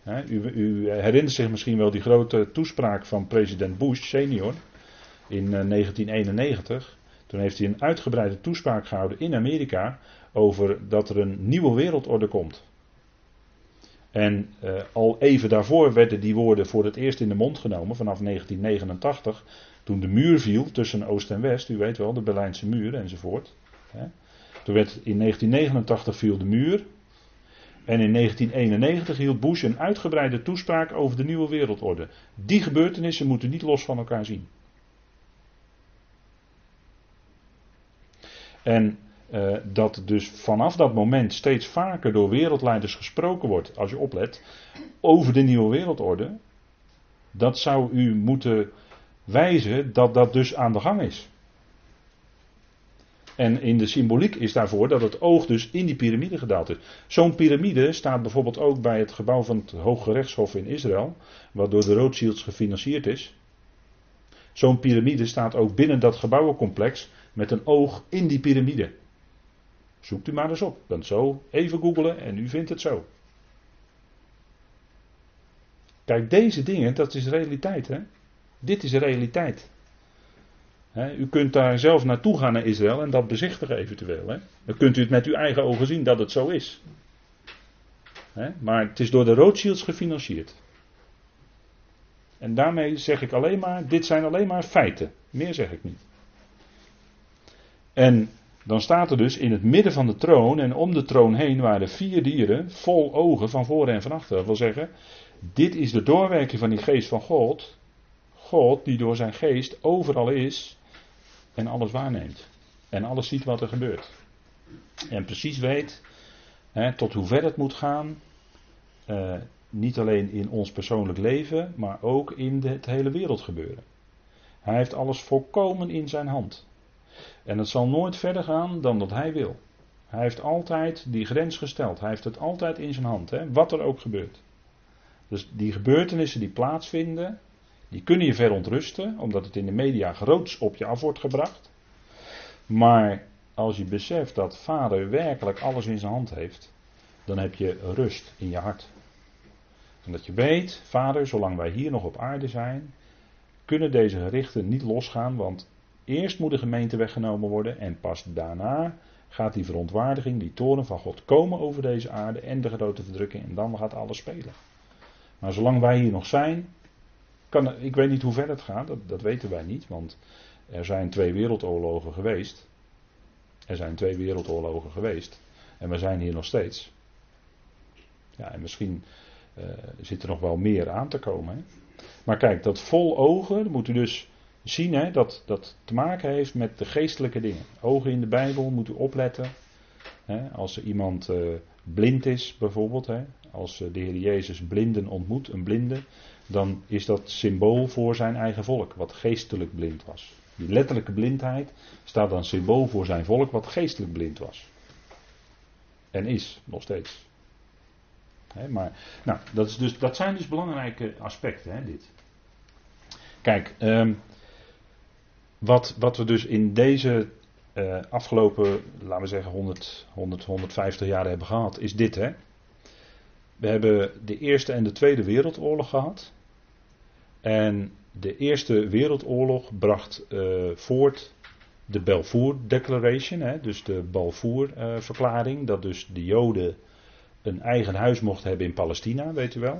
U herinnert zich misschien wel die grote toespraak van president Bush senior in 1991. Toen heeft hij een uitgebreide toespraak gehouden in Amerika over dat er een nieuwe wereldorde komt. En al even daarvoor werden die woorden voor het eerst in de mond genomen, vanaf 1989, toen de muur viel tussen Oost en West, u weet wel, de Berlijnse muur enzovoort. Toen werd in 1989 viel de muur. En in 1991 hield Bush een uitgebreide toespraak over de nieuwe wereldorde. Die gebeurtenissen moeten niet los van elkaar zien. En dat dus vanaf dat moment steeds vaker door wereldleiders gesproken wordt, als je oplet, over de nieuwe wereldorde. Dat zou u moeten wijzen dat dat dus aan de gang is. En in de symboliek is daarvoor dat het oog dus in die piramide gedaald is. Zo'n piramide staat bijvoorbeeld ook bij het gebouw van het Hoge Rechtshof in Israël, wat door de Rothschilds gefinancierd is. Zo'n piramide staat ook binnen dat gebouwencomplex met een oog in die piramide. Zoekt u maar eens op. Dan zo even googlen en u vindt het zo. Kijk, deze dingen, dat is realiteit, hè? Dit is realiteit. U kunt daar zelf naartoe gaan naar Israël en dat bezichtigen eventueel. Dan kunt u het met uw eigen ogen zien dat het zo is. Maar het is door de Rothschilds gefinancierd. En daarmee zeg ik alleen maar, dit zijn alleen maar feiten. Meer zeg ik niet. En dan staat er dus in het midden van de troon en om de troon heen waren 4 dieren vol ogen van voren en van achter. Dat wil zeggen, dit is de doorwerking van die geest van God. God die door zijn geest overal is en alles waarneemt. En alles ziet wat er gebeurt. En precies weet tot hoe ver het moet gaan. Niet alleen in ons persoonlijk leven, maar ook in het hele wereldgebeuren. Hij heeft alles volkomen in zijn hand. En het zal nooit verder gaan dan dat hij wil. Hij heeft altijd die grens gesteld. Hij heeft het altijd in zijn hand. Wat er ook gebeurt. Dus die gebeurtenissen die plaatsvinden, die kunnen je verontrusten, omdat het in de media groots op je af wordt gebracht. Maar als je beseft dat Vader werkelijk alles in zijn hand heeft, dan heb je rust in je hart. En dat je weet, Vader, zolang wij hier nog op aarde zijn, kunnen deze gerichten niet losgaan, want eerst moet de gemeente weggenomen worden en pas daarna gaat die verontwaardiging, die toorn van God komen over deze aarde en de grote verdrukking en dan gaat alles spelen. Maar zolang wij hier nog zijn, ik weet niet hoe ver het gaat, dat weten wij niet, want er zijn 2 wereldoorlogen geweest. Er zijn 2 wereldoorlogen geweest en we zijn hier nog steeds. Ja, en misschien zit er nog wel meer aan te komen. Hè? Maar kijk, dat vol ogen, dat moet u dus zien, dat te maken heeft met de geestelijke dingen. Ogen in de Bijbel, moet u opletten. Als er iemand blind is bijvoorbeeld, als de Heer Jezus blinden ontmoet, een blinde, dan is dat symbool voor zijn eigen volk, wat geestelijk blind was. Die letterlijke blindheid staat dan symbool voor zijn volk, wat geestelijk blind was. En is, nog steeds. Maar, nou, dat zijn dus belangrijke aspecten, dit. Kijk, wat we dus in deze afgelopen, laten we zeggen, 150 jaar hebben gehad, is dit. We hebben de Eerste en de Tweede Wereldoorlog gehad. En de Eerste Wereldoorlog bracht voort de Balfour Declaration, dus de Balfour verklaring, dat dus de Joden een eigen huis mochten hebben in Palestina, weet u wel.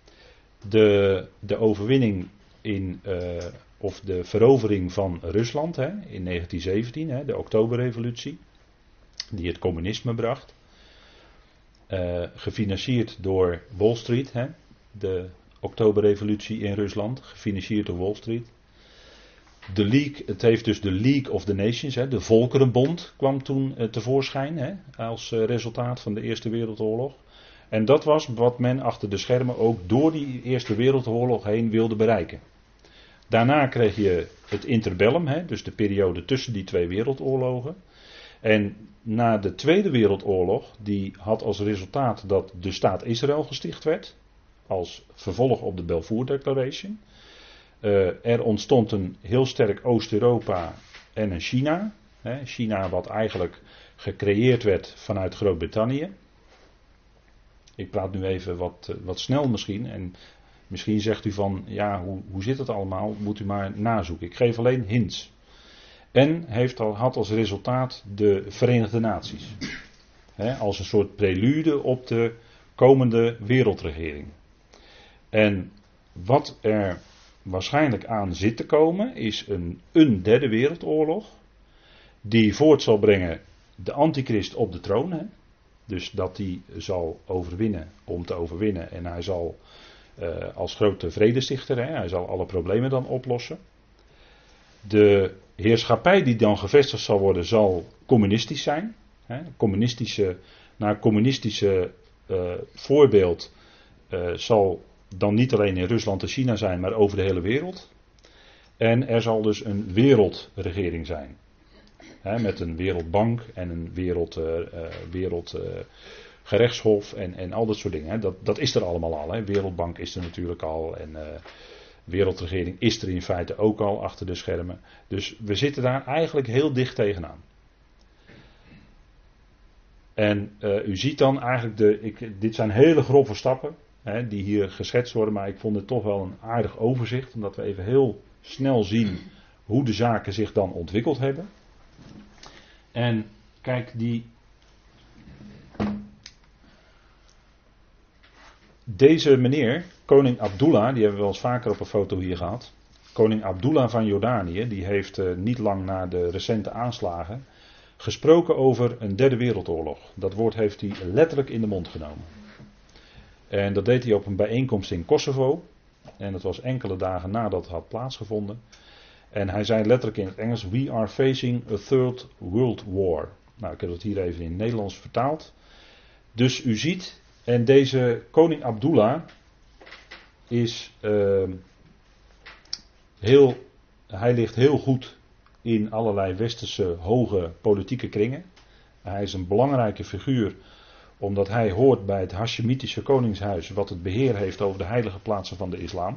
De overwinning of de verovering van Rusland in 1917, de Oktoberrevolutie, die het communisme bracht. Gefinancierd door Wall Street, de Oktoberrevolutie in Rusland, gefinancierd door Wall Street. Het heeft dus de League of the Nations, de Volkerenbond, kwam toen tevoorschijn als resultaat van de Eerste Wereldoorlog. En dat was wat men achter de schermen ook door die Eerste Wereldoorlog heen wilde bereiken. Daarna kreeg je het interbellum, dus de periode tussen die 2 wereldoorlogen. En na de Tweede Wereldoorlog, die had als resultaat dat de staat Israël gesticht werd, als vervolg op de Balfour Declaration. Er ontstond een heel sterk Oost-Europa en een China. China wat eigenlijk gecreëerd werd vanuit Groot-Brittannië. Ik praat nu even wat snel misschien. En misschien zegt u van, ja, hoe zit het allemaal? Moet u maar nazoeken. Ik geef alleen hints. En had als resultaat de Verenigde Naties. Als een soort prelude op de komende wereldregering. En wat er waarschijnlijk aan zit te komen is een derde wereldoorlog. Die voort zal brengen de antichrist op de troon. Hè? Dus dat hij zal overwinnen om te overwinnen. En hij zal als grote vredestichter, hè, hij zal alle problemen dan oplossen. De heerschappij die dan gevestigd zal worden, zal communistisch zijn. Hè? Naar communistische voorbeeld zal dan niet alleen in Rusland en China zijn, maar over de hele wereld. En er zal dus een wereldregering zijn. Met een wereldbank en een wereldgerechtshof en al dat soort dingen. Dat is er allemaal al. Wereldbank is er natuurlijk al en wereldregering is er in feite ook al achter de schermen. Dus we zitten daar eigenlijk heel dicht tegenaan. En u ziet dan eigenlijk, dit zijn hele grove stappen die hier geschetst worden, maar ik vond het toch wel een aardig overzicht, omdat we even heel snel zien hoe de zaken zich dan ontwikkeld hebben. En kijk, deze meneer, koning Abdullah, die hebben we wel eens vaker op een foto hier gehad. Koning Abdullah van Jordanië, die heeft niet lang na de recente aanslagen gesproken over een derde wereldoorlog. Dat woord heeft hij letterlijk in de mond genomen. En dat deed hij op een bijeenkomst in Kosovo. En dat was enkele dagen nadat het had plaatsgevonden. En hij zei letterlijk in het Engels: We are facing a third world war. Nou, ik heb het hier even in het Nederlands vertaald. Dus u ziet, en deze koning Abdullah is hij ligt heel goed in allerlei westerse hoge politieke kringen. Hij is een belangrijke figuur omdat hij hoort bij het Hashemitische koningshuis wat het beheer heeft over de heilige plaatsen van de islam.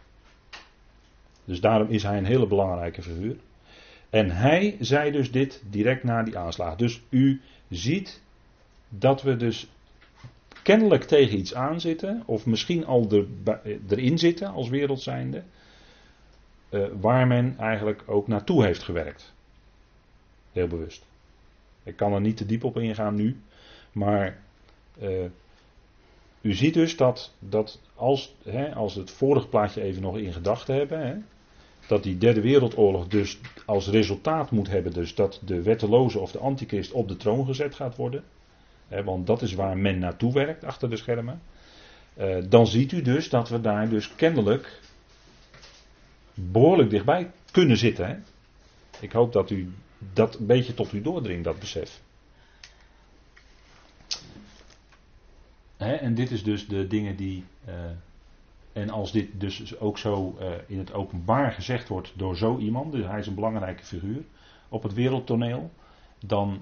Dus daarom is hij een hele belangrijke figuur. En hij zei dus dit direct na die aanslag. Dus u ziet dat we dus kennelijk tegen iets aanzitten, of misschien al erin zitten als wereld zijnde, waar men eigenlijk ook naartoe heeft gewerkt. Heel bewust. Ik kan er niet te diep op ingaan nu, maar u ziet dus dat als het vorige plaatje even nog in gedachten hebben, dat die derde wereldoorlog dus als resultaat moet hebben dus dat de wetteloze of de antichrist op de troon gezet gaat worden. Want dat is waar men naartoe werkt achter de schermen. Dan ziet u dus dat we daar dus kennelijk behoorlijk dichtbij kunnen zitten. Hè? Ik hoop dat u dat een beetje tot u doordringt, dat besef. En dit is dus de dingen die... en als dit dus ook zo in het openbaar gezegd wordt door zo iemand, dus hij is een belangrijke figuur op het wereldtoneel, dan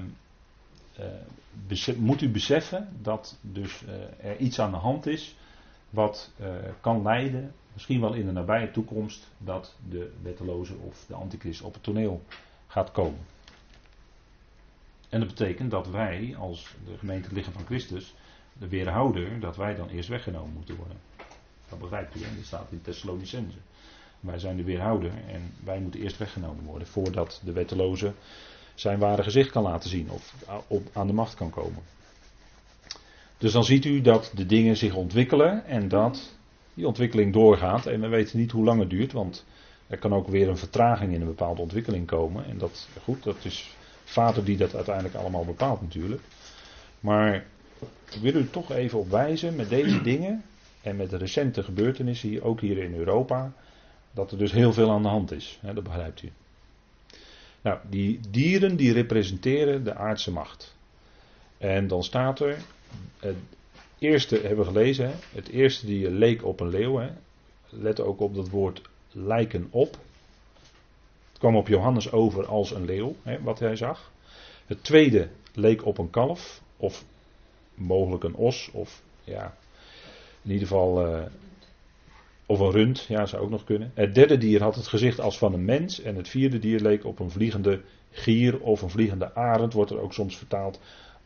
moet u beseffen dat dus er iets aan de hand is wat kan leiden, misschien wel in de nabije toekomst, dat de wetteloze of de antichrist op het toneel gaat komen. En dat betekent dat wij als de gemeente het lichaam van Christus, de weerhouder, dat wij dan eerst weggenomen moeten worden. Dat begrijpt u, hè? Dat staat in Thessalonicense. Wij zijn de weerhouder en wij moeten eerst weggenomen worden voordat de wetteloze zijn ware gezicht kan laten zien of aan de macht kan komen. Dus dan ziet u dat de dingen zich ontwikkelen en dat die ontwikkeling doorgaat. En we weten niet hoe lang het duurt, want er kan ook weer een vertraging in een bepaalde ontwikkeling komen. En dat is Vader die dat uiteindelijk allemaal bepaalt natuurlijk. Maar ik wil u toch even op wijzen met deze dingen en met de recente gebeurtenissen hier, ook hier in Europa, dat er dus heel veel aan de hand is. Dat begrijpt u. Nou, die dieren die representeren de aardse macht. En dan staat er, het eerste hebben we gelezen, het eerste die leek op een leeuw. Hè. Let ook op dat woord lijken op. Het kwam op Johannes over als een leeuw, wat hij zag. Het tweede leek op een kalf, of mogelijk een os, of ja, in ieder geval, of een rund, ja, zou ook nog kunnen. Het derde dier had het gezicht als van een mens en het vierde dier leek op een vliegende gier of een vliegende arend, wordt er ook soms vertaald,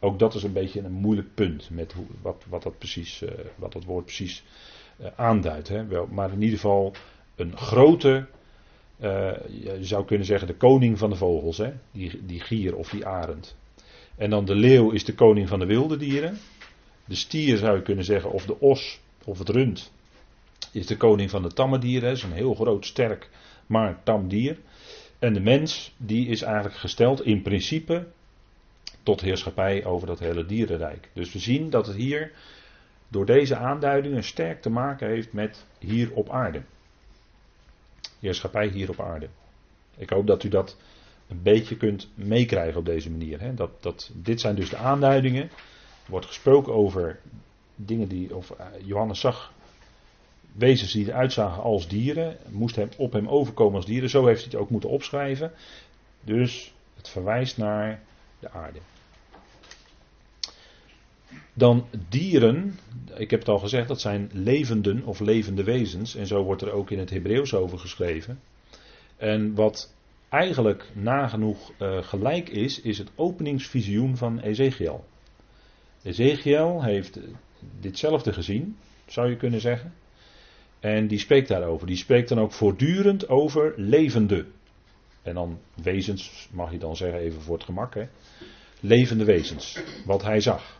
ook dat is een beetje een moeilijk punt met wat dat woord precies aanduidt. Hè. Maar in ieder geval een grote, je zou kunnen zeggen de koning van de vogels, hè. Die gier of die arend. En dan de leeuw is de koning van de wilde dieren. De stier zou je kunnen zeggen, of de os of het rund is de koning van de tamme dieren. Dat is een heel groot, sterk, maar tam dier. En de mens, die is eigenlijk gesteld in principe tot heerschappij over dat hele dierenrijk. Dus we zien dat het hier door deze aanduidingen sterk te maken heeft met hier op aarde. Heerschappij hier op aarde. Ik hoop dat u dat een beetje kunt meekrijgen op deze manier. Hè? Dit zijn dus de aanduidingen. Er wordt gesproken over dingen Johannes zag wezens die eruit zagen als dieren. Moest op hem overkomen als dieren. Zo heeft hij het ook moeten opschrijven. Dus het verwijst naar de aarde. Dan dieren, ik heb het al gezegd, dat zijn levenden of levende wezens. En zo wordt er ook in het Hebreeuws over geschreven. En wat eigenlijk nagenoeg gelijk is het openingsvisioen van Ezechiël. Ezechiël heeft ditzelfde gezien, zou je kunnen zeggen. En die spreekt daarover. Die spreekt dan ook voortdurend over levende. En dan wezens, mag je dan zeggen even voor het gemak. Hè? Levende wezens, wat hij zag.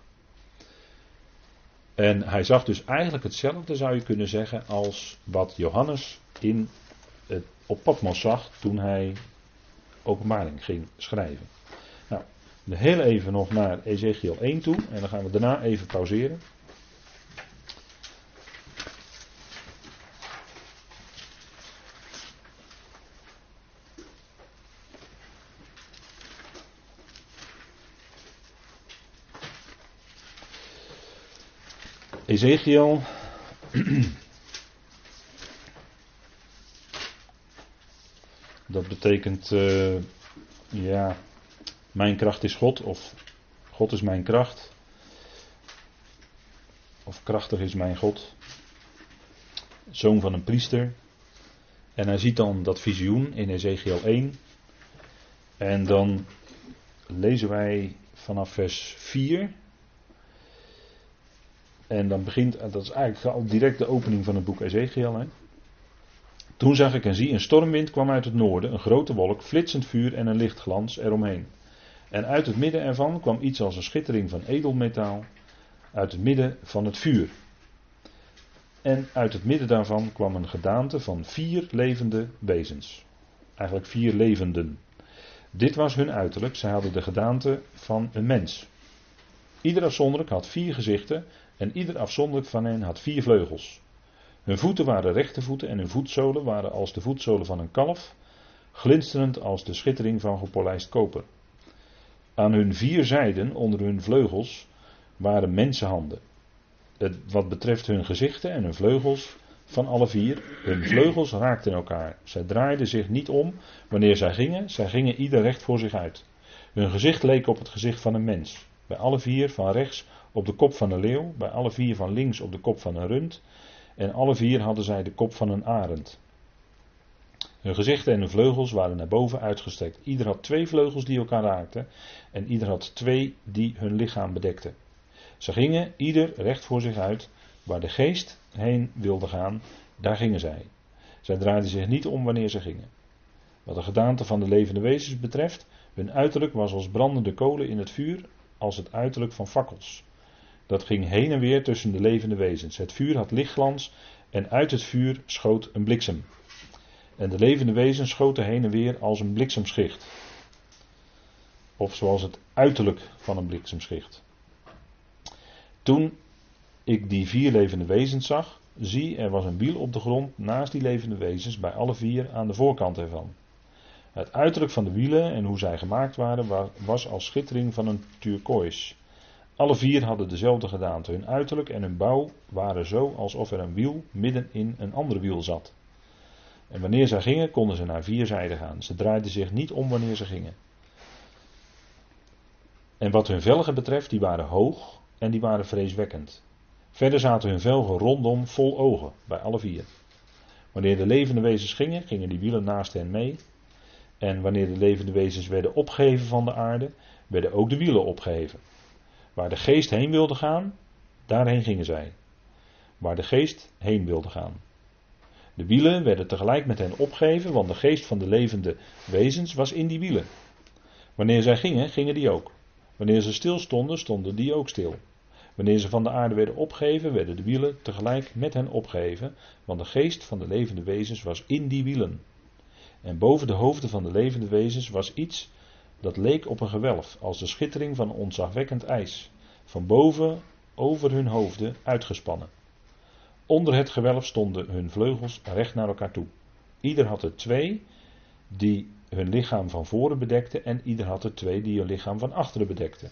En hij zag dus eigenlijk hetzelfde, zou je kunnen zeggen, als wat Johannes op Patmos zag toen hij Openbaring ging schrijven. Nou, heel even nog naar Ezechiël 1 toe en dan gaan we daarna even pauzeren. Ezechiël, dat betekent, mijn kracht is God, of God is mijn kracht, of krachtig is mijn God, zoon van een priester. En hij ziet dan dat visioen in Ezechiël 1, en dan lezen wij vanaf vers 4. En dan begint, dat is eigenlijk al direct de opening van het boek Ezechiël. Hè. Toen zag ik en zie, een stormwind kwam uit het noorden, een grote wolk, flitsend vuur en een lichtglans eromheen. En uit het midden ervan kwam iets als een schittering van edelmetaal, uit het midden van het vuur. En uit het midden daarvan kwam een gedaante van 4 levende wezens. Eigenlijk 4 levenden. Dit was hun uiterlijk, zij hadden de gedaante van een mens. Ieder afzonderlijk had 4 gezichten en ieder afzonderlijk van hen had 4 vleugels. Hun voeten waren rechte voeten en hun voetzolen waren als de voetzolen van een kalf, glinsterend als de schittering van gepolijst koper. Aan hun 4 zijden onder hun vleugels waren mensenhanden. Wat betreft hun gezichten en hun vleugels van alle 4, hun vleugels raakten elkaar. Zij draaiden zich niet om wanneer zij gingen ieder recht voor zich uit. Hun gezicht leek op het gezicht van een mens. Bij alle 4 van rechts op de kop van een leeuw, bij alle 4 van links op de kop van een rund, en alle 4 hadden zij de kop van een arend. Hun gezichten en hun vleugels waren naar boven uitgestrekt. Ieder had 2 vleugels die elkaar raakten, en ieder had 2 die hun lichaam bedekten. Ze gingen ieder recht voor zich uit, waar de geest heen wilde gaan, daar gingen zij. Zij draaiden zich niet om wanneer ze gingen. Wat de gedaante van de levende wezens betreft, hun uiterlijk was als brandende kolen in het vuur, als het uiterlijk van fakkels. Dat ging heen en weer tussen de levende wezens. Het vuur had lichtglans en uit het vuur schoot een bliksem. En de levende wezens schoten heen en weer als een bliksemschicht. Of zoals het uiterlijk van een bliksemschicht. Toen ik die 4 levende wezens zag, zie, er was een wiel op de grond naast die levende wezens bij alle 4 aan de voorkant ervan. Het uiterlijk van de wielen en hoe zij gemaakt waren was als schittering van een turkoois. Alle 4 hadden dezelfde gedaante. Hun uiterlijk en hun bouw waren zo alsof er een wiel midden in een ander wiel zat. En wanneer zij gingen, konden ze naar 4 zijden gaan. Ze draaiden zich niet om wanneer ze gingen. En wat hun velgen betreft, die waren hoog en die waren vreeswekkend. Verder zaten hun velgen rondom vol ogen, bij alle 4. Wanneer de levende wezens gingen, gingen die wielen naast hen mee. En wanneer de levende wezens werden opgeheven van de aarde, werden ook de wielen opgeheven. Waar de geest heen wilde gaan, daarheen gingen zij. Waar de geest heen wilde gaan. De wielen werden tegelijk met hen opgeheven, want de geest van de levende wezens was in die wielen. Wanneer zij gingen, gingen die ook. Wanneer ze stil stonden, stonden die ook stil. Wanneer ze van de aarde werden opgeheven, werden de wielen tegelijk met hen opgeheven, want de geest van de levende wezens was in die wielen. En boven de hoofden van de levende wezens was iets dat leek op een gewelf, als de schittering van ontzagwekkend ijs, van boven over hun hoofden uitgespannen. Onder het gewelf stonden hun vleugels recht naar elkaar toe. Ieder had er 2 die hun lichaam van voren bedekten en ieder had er 2 die hun lichaam van achteren bedekten.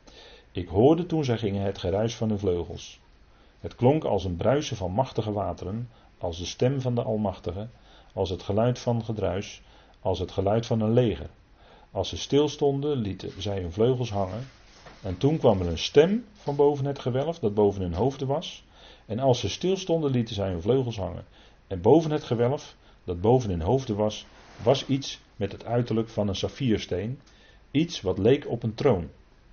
Ik hoorde toen zij gingen het geruis van hun vleugels. Het klonk als een bruisen van machtige wateren, als de stem van de Almachtige, als het geluid van gedruis, als het geluid van een leger. Als ze stilstonden, lieten zij hun vleugels hangen. En toen kwam er een stem van boven het gewelf, dat boven hun hoofden was. En als ze stilstonden, lieten zij hun vleugels hangen. En boven het gewelf, dat boven hun hoofden was, was iets met het uiterlijk van een saffiersteen. Iets wat leek op een troon.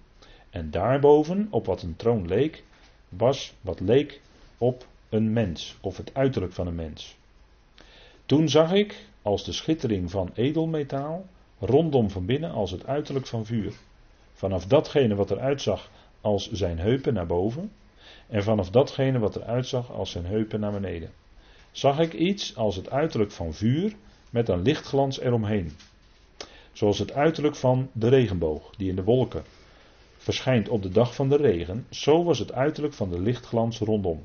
En daarboven, op wat een troon leek, was wat leek op een mens, of het uiterlijk van een mens. Toen zag ik, als de schittering van edelmetaal, rondom van binnen als het uiterlijk van vuur. Vanaf datgene wat eruit zag als zijn heupen naar boven, en vanaf datgene wat eruit zag als zijn heupen naar beneden. Zag ik iets als het uiterlijk van vuur, met een lichtglans eromheen. Zoals het uiterlijk van de regenboog, die in de wolken verschijnt op de dag van de regen, zo was het uiterlijk van de lichtglans rondom.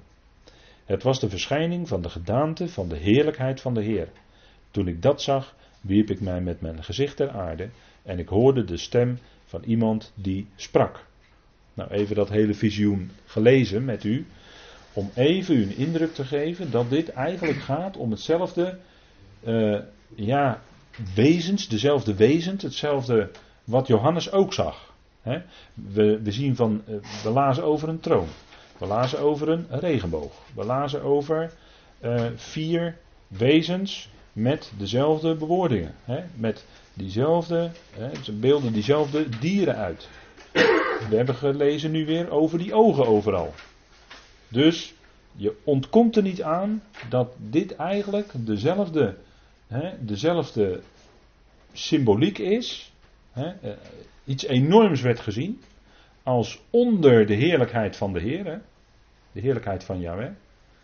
Het was de verschijning van de gedaante van de heerlijkheid van de Heer. Toen ik dat zag, wierp ik mij met mijn gezicht ter aarde en ik hoorde de stem van iemand die sprak. Nou, even dat hele visioen gelezen met u, om even u een indruk te geven dat dit eigenlijk gaat om hetzelfde, wezens, dezelfde wezens, hetzelfde wat Johannes ook zag. We zien we lazen over een troon. We lazen over een regenboog. We lazen over 4 wezens met dezelfde bewoordingen. Met diezelfde, ze beelden diezelfde dieren uit. We hebben gelezen nu weer over die ogen overal. Dus je ontkomt er niet aan dat dit eigenlijk dezelfde symboliek is. Iets enorms werd gezien. Als onder de heerlijkheid van de Heer. De heerlijkheid van Yahweh.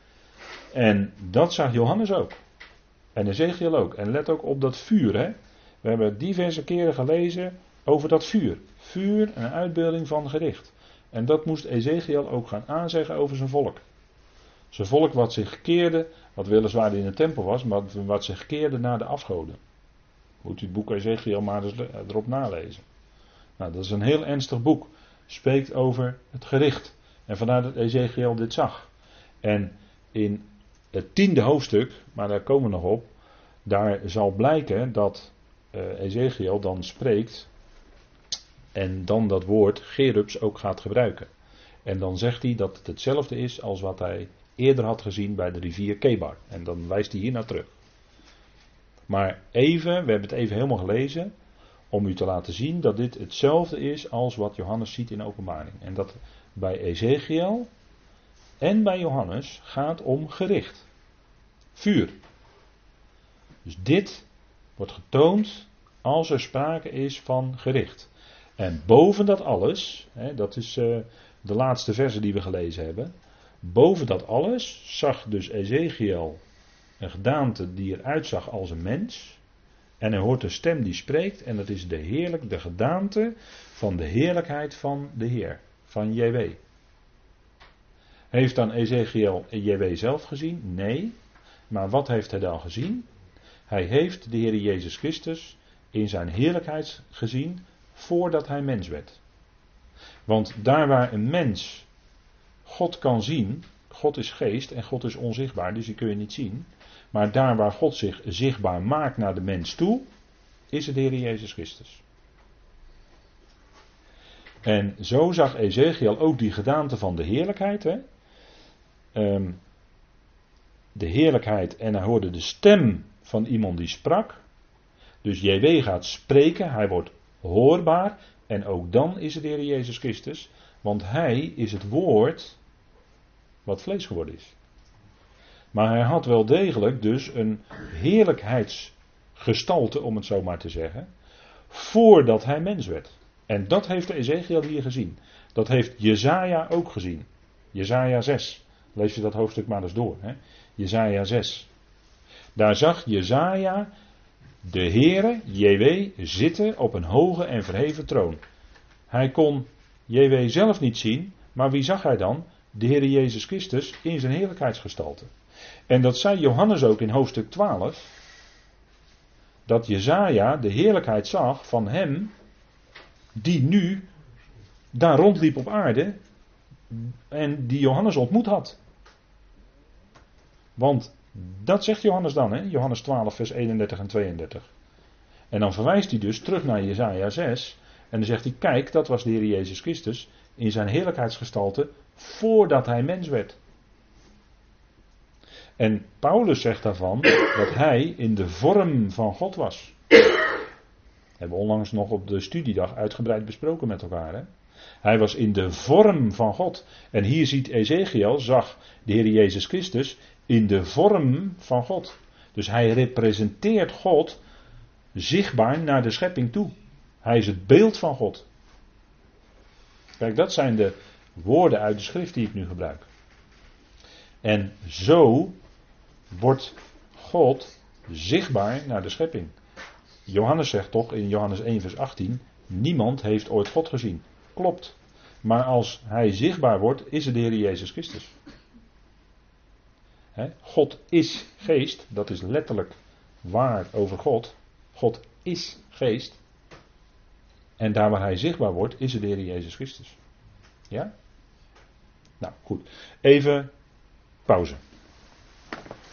En dat zag Johannes ook. En Ezechiel ook. En let ook op dat vuur. We hebben diverse keren gelezen over dat vuur. Vuur, een uitbeelding van gericht. En dat moest Ezechiel ook gaan aanzeggen over zijn volk. Zijn volk wat zich keerde, wat weliswaar in de tempel was, maar wat zich keerde naar de afgoden. Moet u het boek Ezechiel maar eens erop nalezen. Nou, dat is een heel ernstig boek. Spreekt over het gericht. En vandaar dat Ezechiel dit zag. En in het 10e hoofdstuk, maar daar komen we nog op, daar zal blijken dat Ezechiel dan spreekt en dan dat woord Cherubs ook gaat gebruiken. En dan zegt hij dat het hetzelfde is als wat hij eerder had gezien bij de rivier Kebar. En dan wijst hij hier naar terug. Maar even, we hebben het even helemaal gelezen, om u te laten zien dat dit hetzelfde is als wat Johannes ziet in Openbaring. En dat bij Ezechiel en bij Johannes gaat om gericht. Vuur. Dus dit wordt getoond als er sprake is van gericht. En boven dat alles, dat is de laatste verse die we gelezen hebben. Boven dat alles zag dus Ezechiel een gedaante die eruit zag als een mens. En hij hoort een stem die spreekt en dat is de gedaante van de heerlijkheid van de Heer, van JW. Heeft dan Ezechiel JW zelf gezien? Nee. Maar wat heeft hij dan gezien? Hij heeft de Heer Jezus Christus in zijn heerlijkheid gezien voordat hij mens werd. Want daar waar een mens God kan zien, God is geest en God is onzichtbaar, dus die kun je niet zien. Maar daar waar God zich zichtbaar maakt naar de mens toe, is het de Heer Jezus Christus. En zo zag Ezechiel ook die gedaante van de heerlijkheid. De heerlijkheid en hij hoorde de stem van iemand die sprak. Dus JW gaat spreken, hij wordt hoorbaar en ook dan is het de Heer Jezus Christus. Want hij is het woord wat vlees geworden is. Maar hij had wel degelijk dus een heerlijkheidsgestalte, om het zo maar te zeggen, voordat hij mens werd. En dat heeft Ezechiel hier gezien. Dat heeft Jesaja ook gezien. Jesaja 6. Lees je dat hoofdstuk maar eens door. Hè? Jesaja 6. Daar zag Jesaja de Heere, JW, zitten op een hoge en verheven troon. Hij kon JW zelf niet zien, maar wie zag hij dan? De Heere Jezus Christus in zijn heerlijkheidsgestalte. En dat zei Johannes ook in hoofdstuk 12. Dat Jesaja de heerlijkheid zag van hem die nu daar rondliep op aarde en die Johannes ontmoet had. Want dat zegt Johannes dan, hè? Johannes 12 vers 31 en 32. En dan verwijst hij dus terug naar Jesaja 6 en dan zegt hij, kijk, dat was de Heer Jezus Christus in zijn heerlijkheidsgestalte voordat hij mens werd. En Paulus zegt daarvan dat hij in de vorm van God was. Hebben we onlangs nog op de studiedag uitgebreid besproken met elkaar. Hè? Hij was in de vorm van God. En hier ziet Ezechiel, zag de Heer Jezus Christus in de vorm van God. Dus hij representeert God zichtbaar naar de schepping toe. Hij is het beeld van God. Kijk, dat zijn de woorden uit de schrift die ik nu gebruik. En zo wordt God zichtbaar naar de schepping. Johannes zegt toch in Johannes 1 vers 18, niemand heeft ooit God gezien. Klopt. Maar als hij zichtbaar wordt, is het de Heer Jezus Christus. God is geest, dat is letterlijk waar over God. God is geest. En daar waar hij zichtbaar wordt, is het de Heer Jezus Christus. Ja? Nou, goed. Even pauze.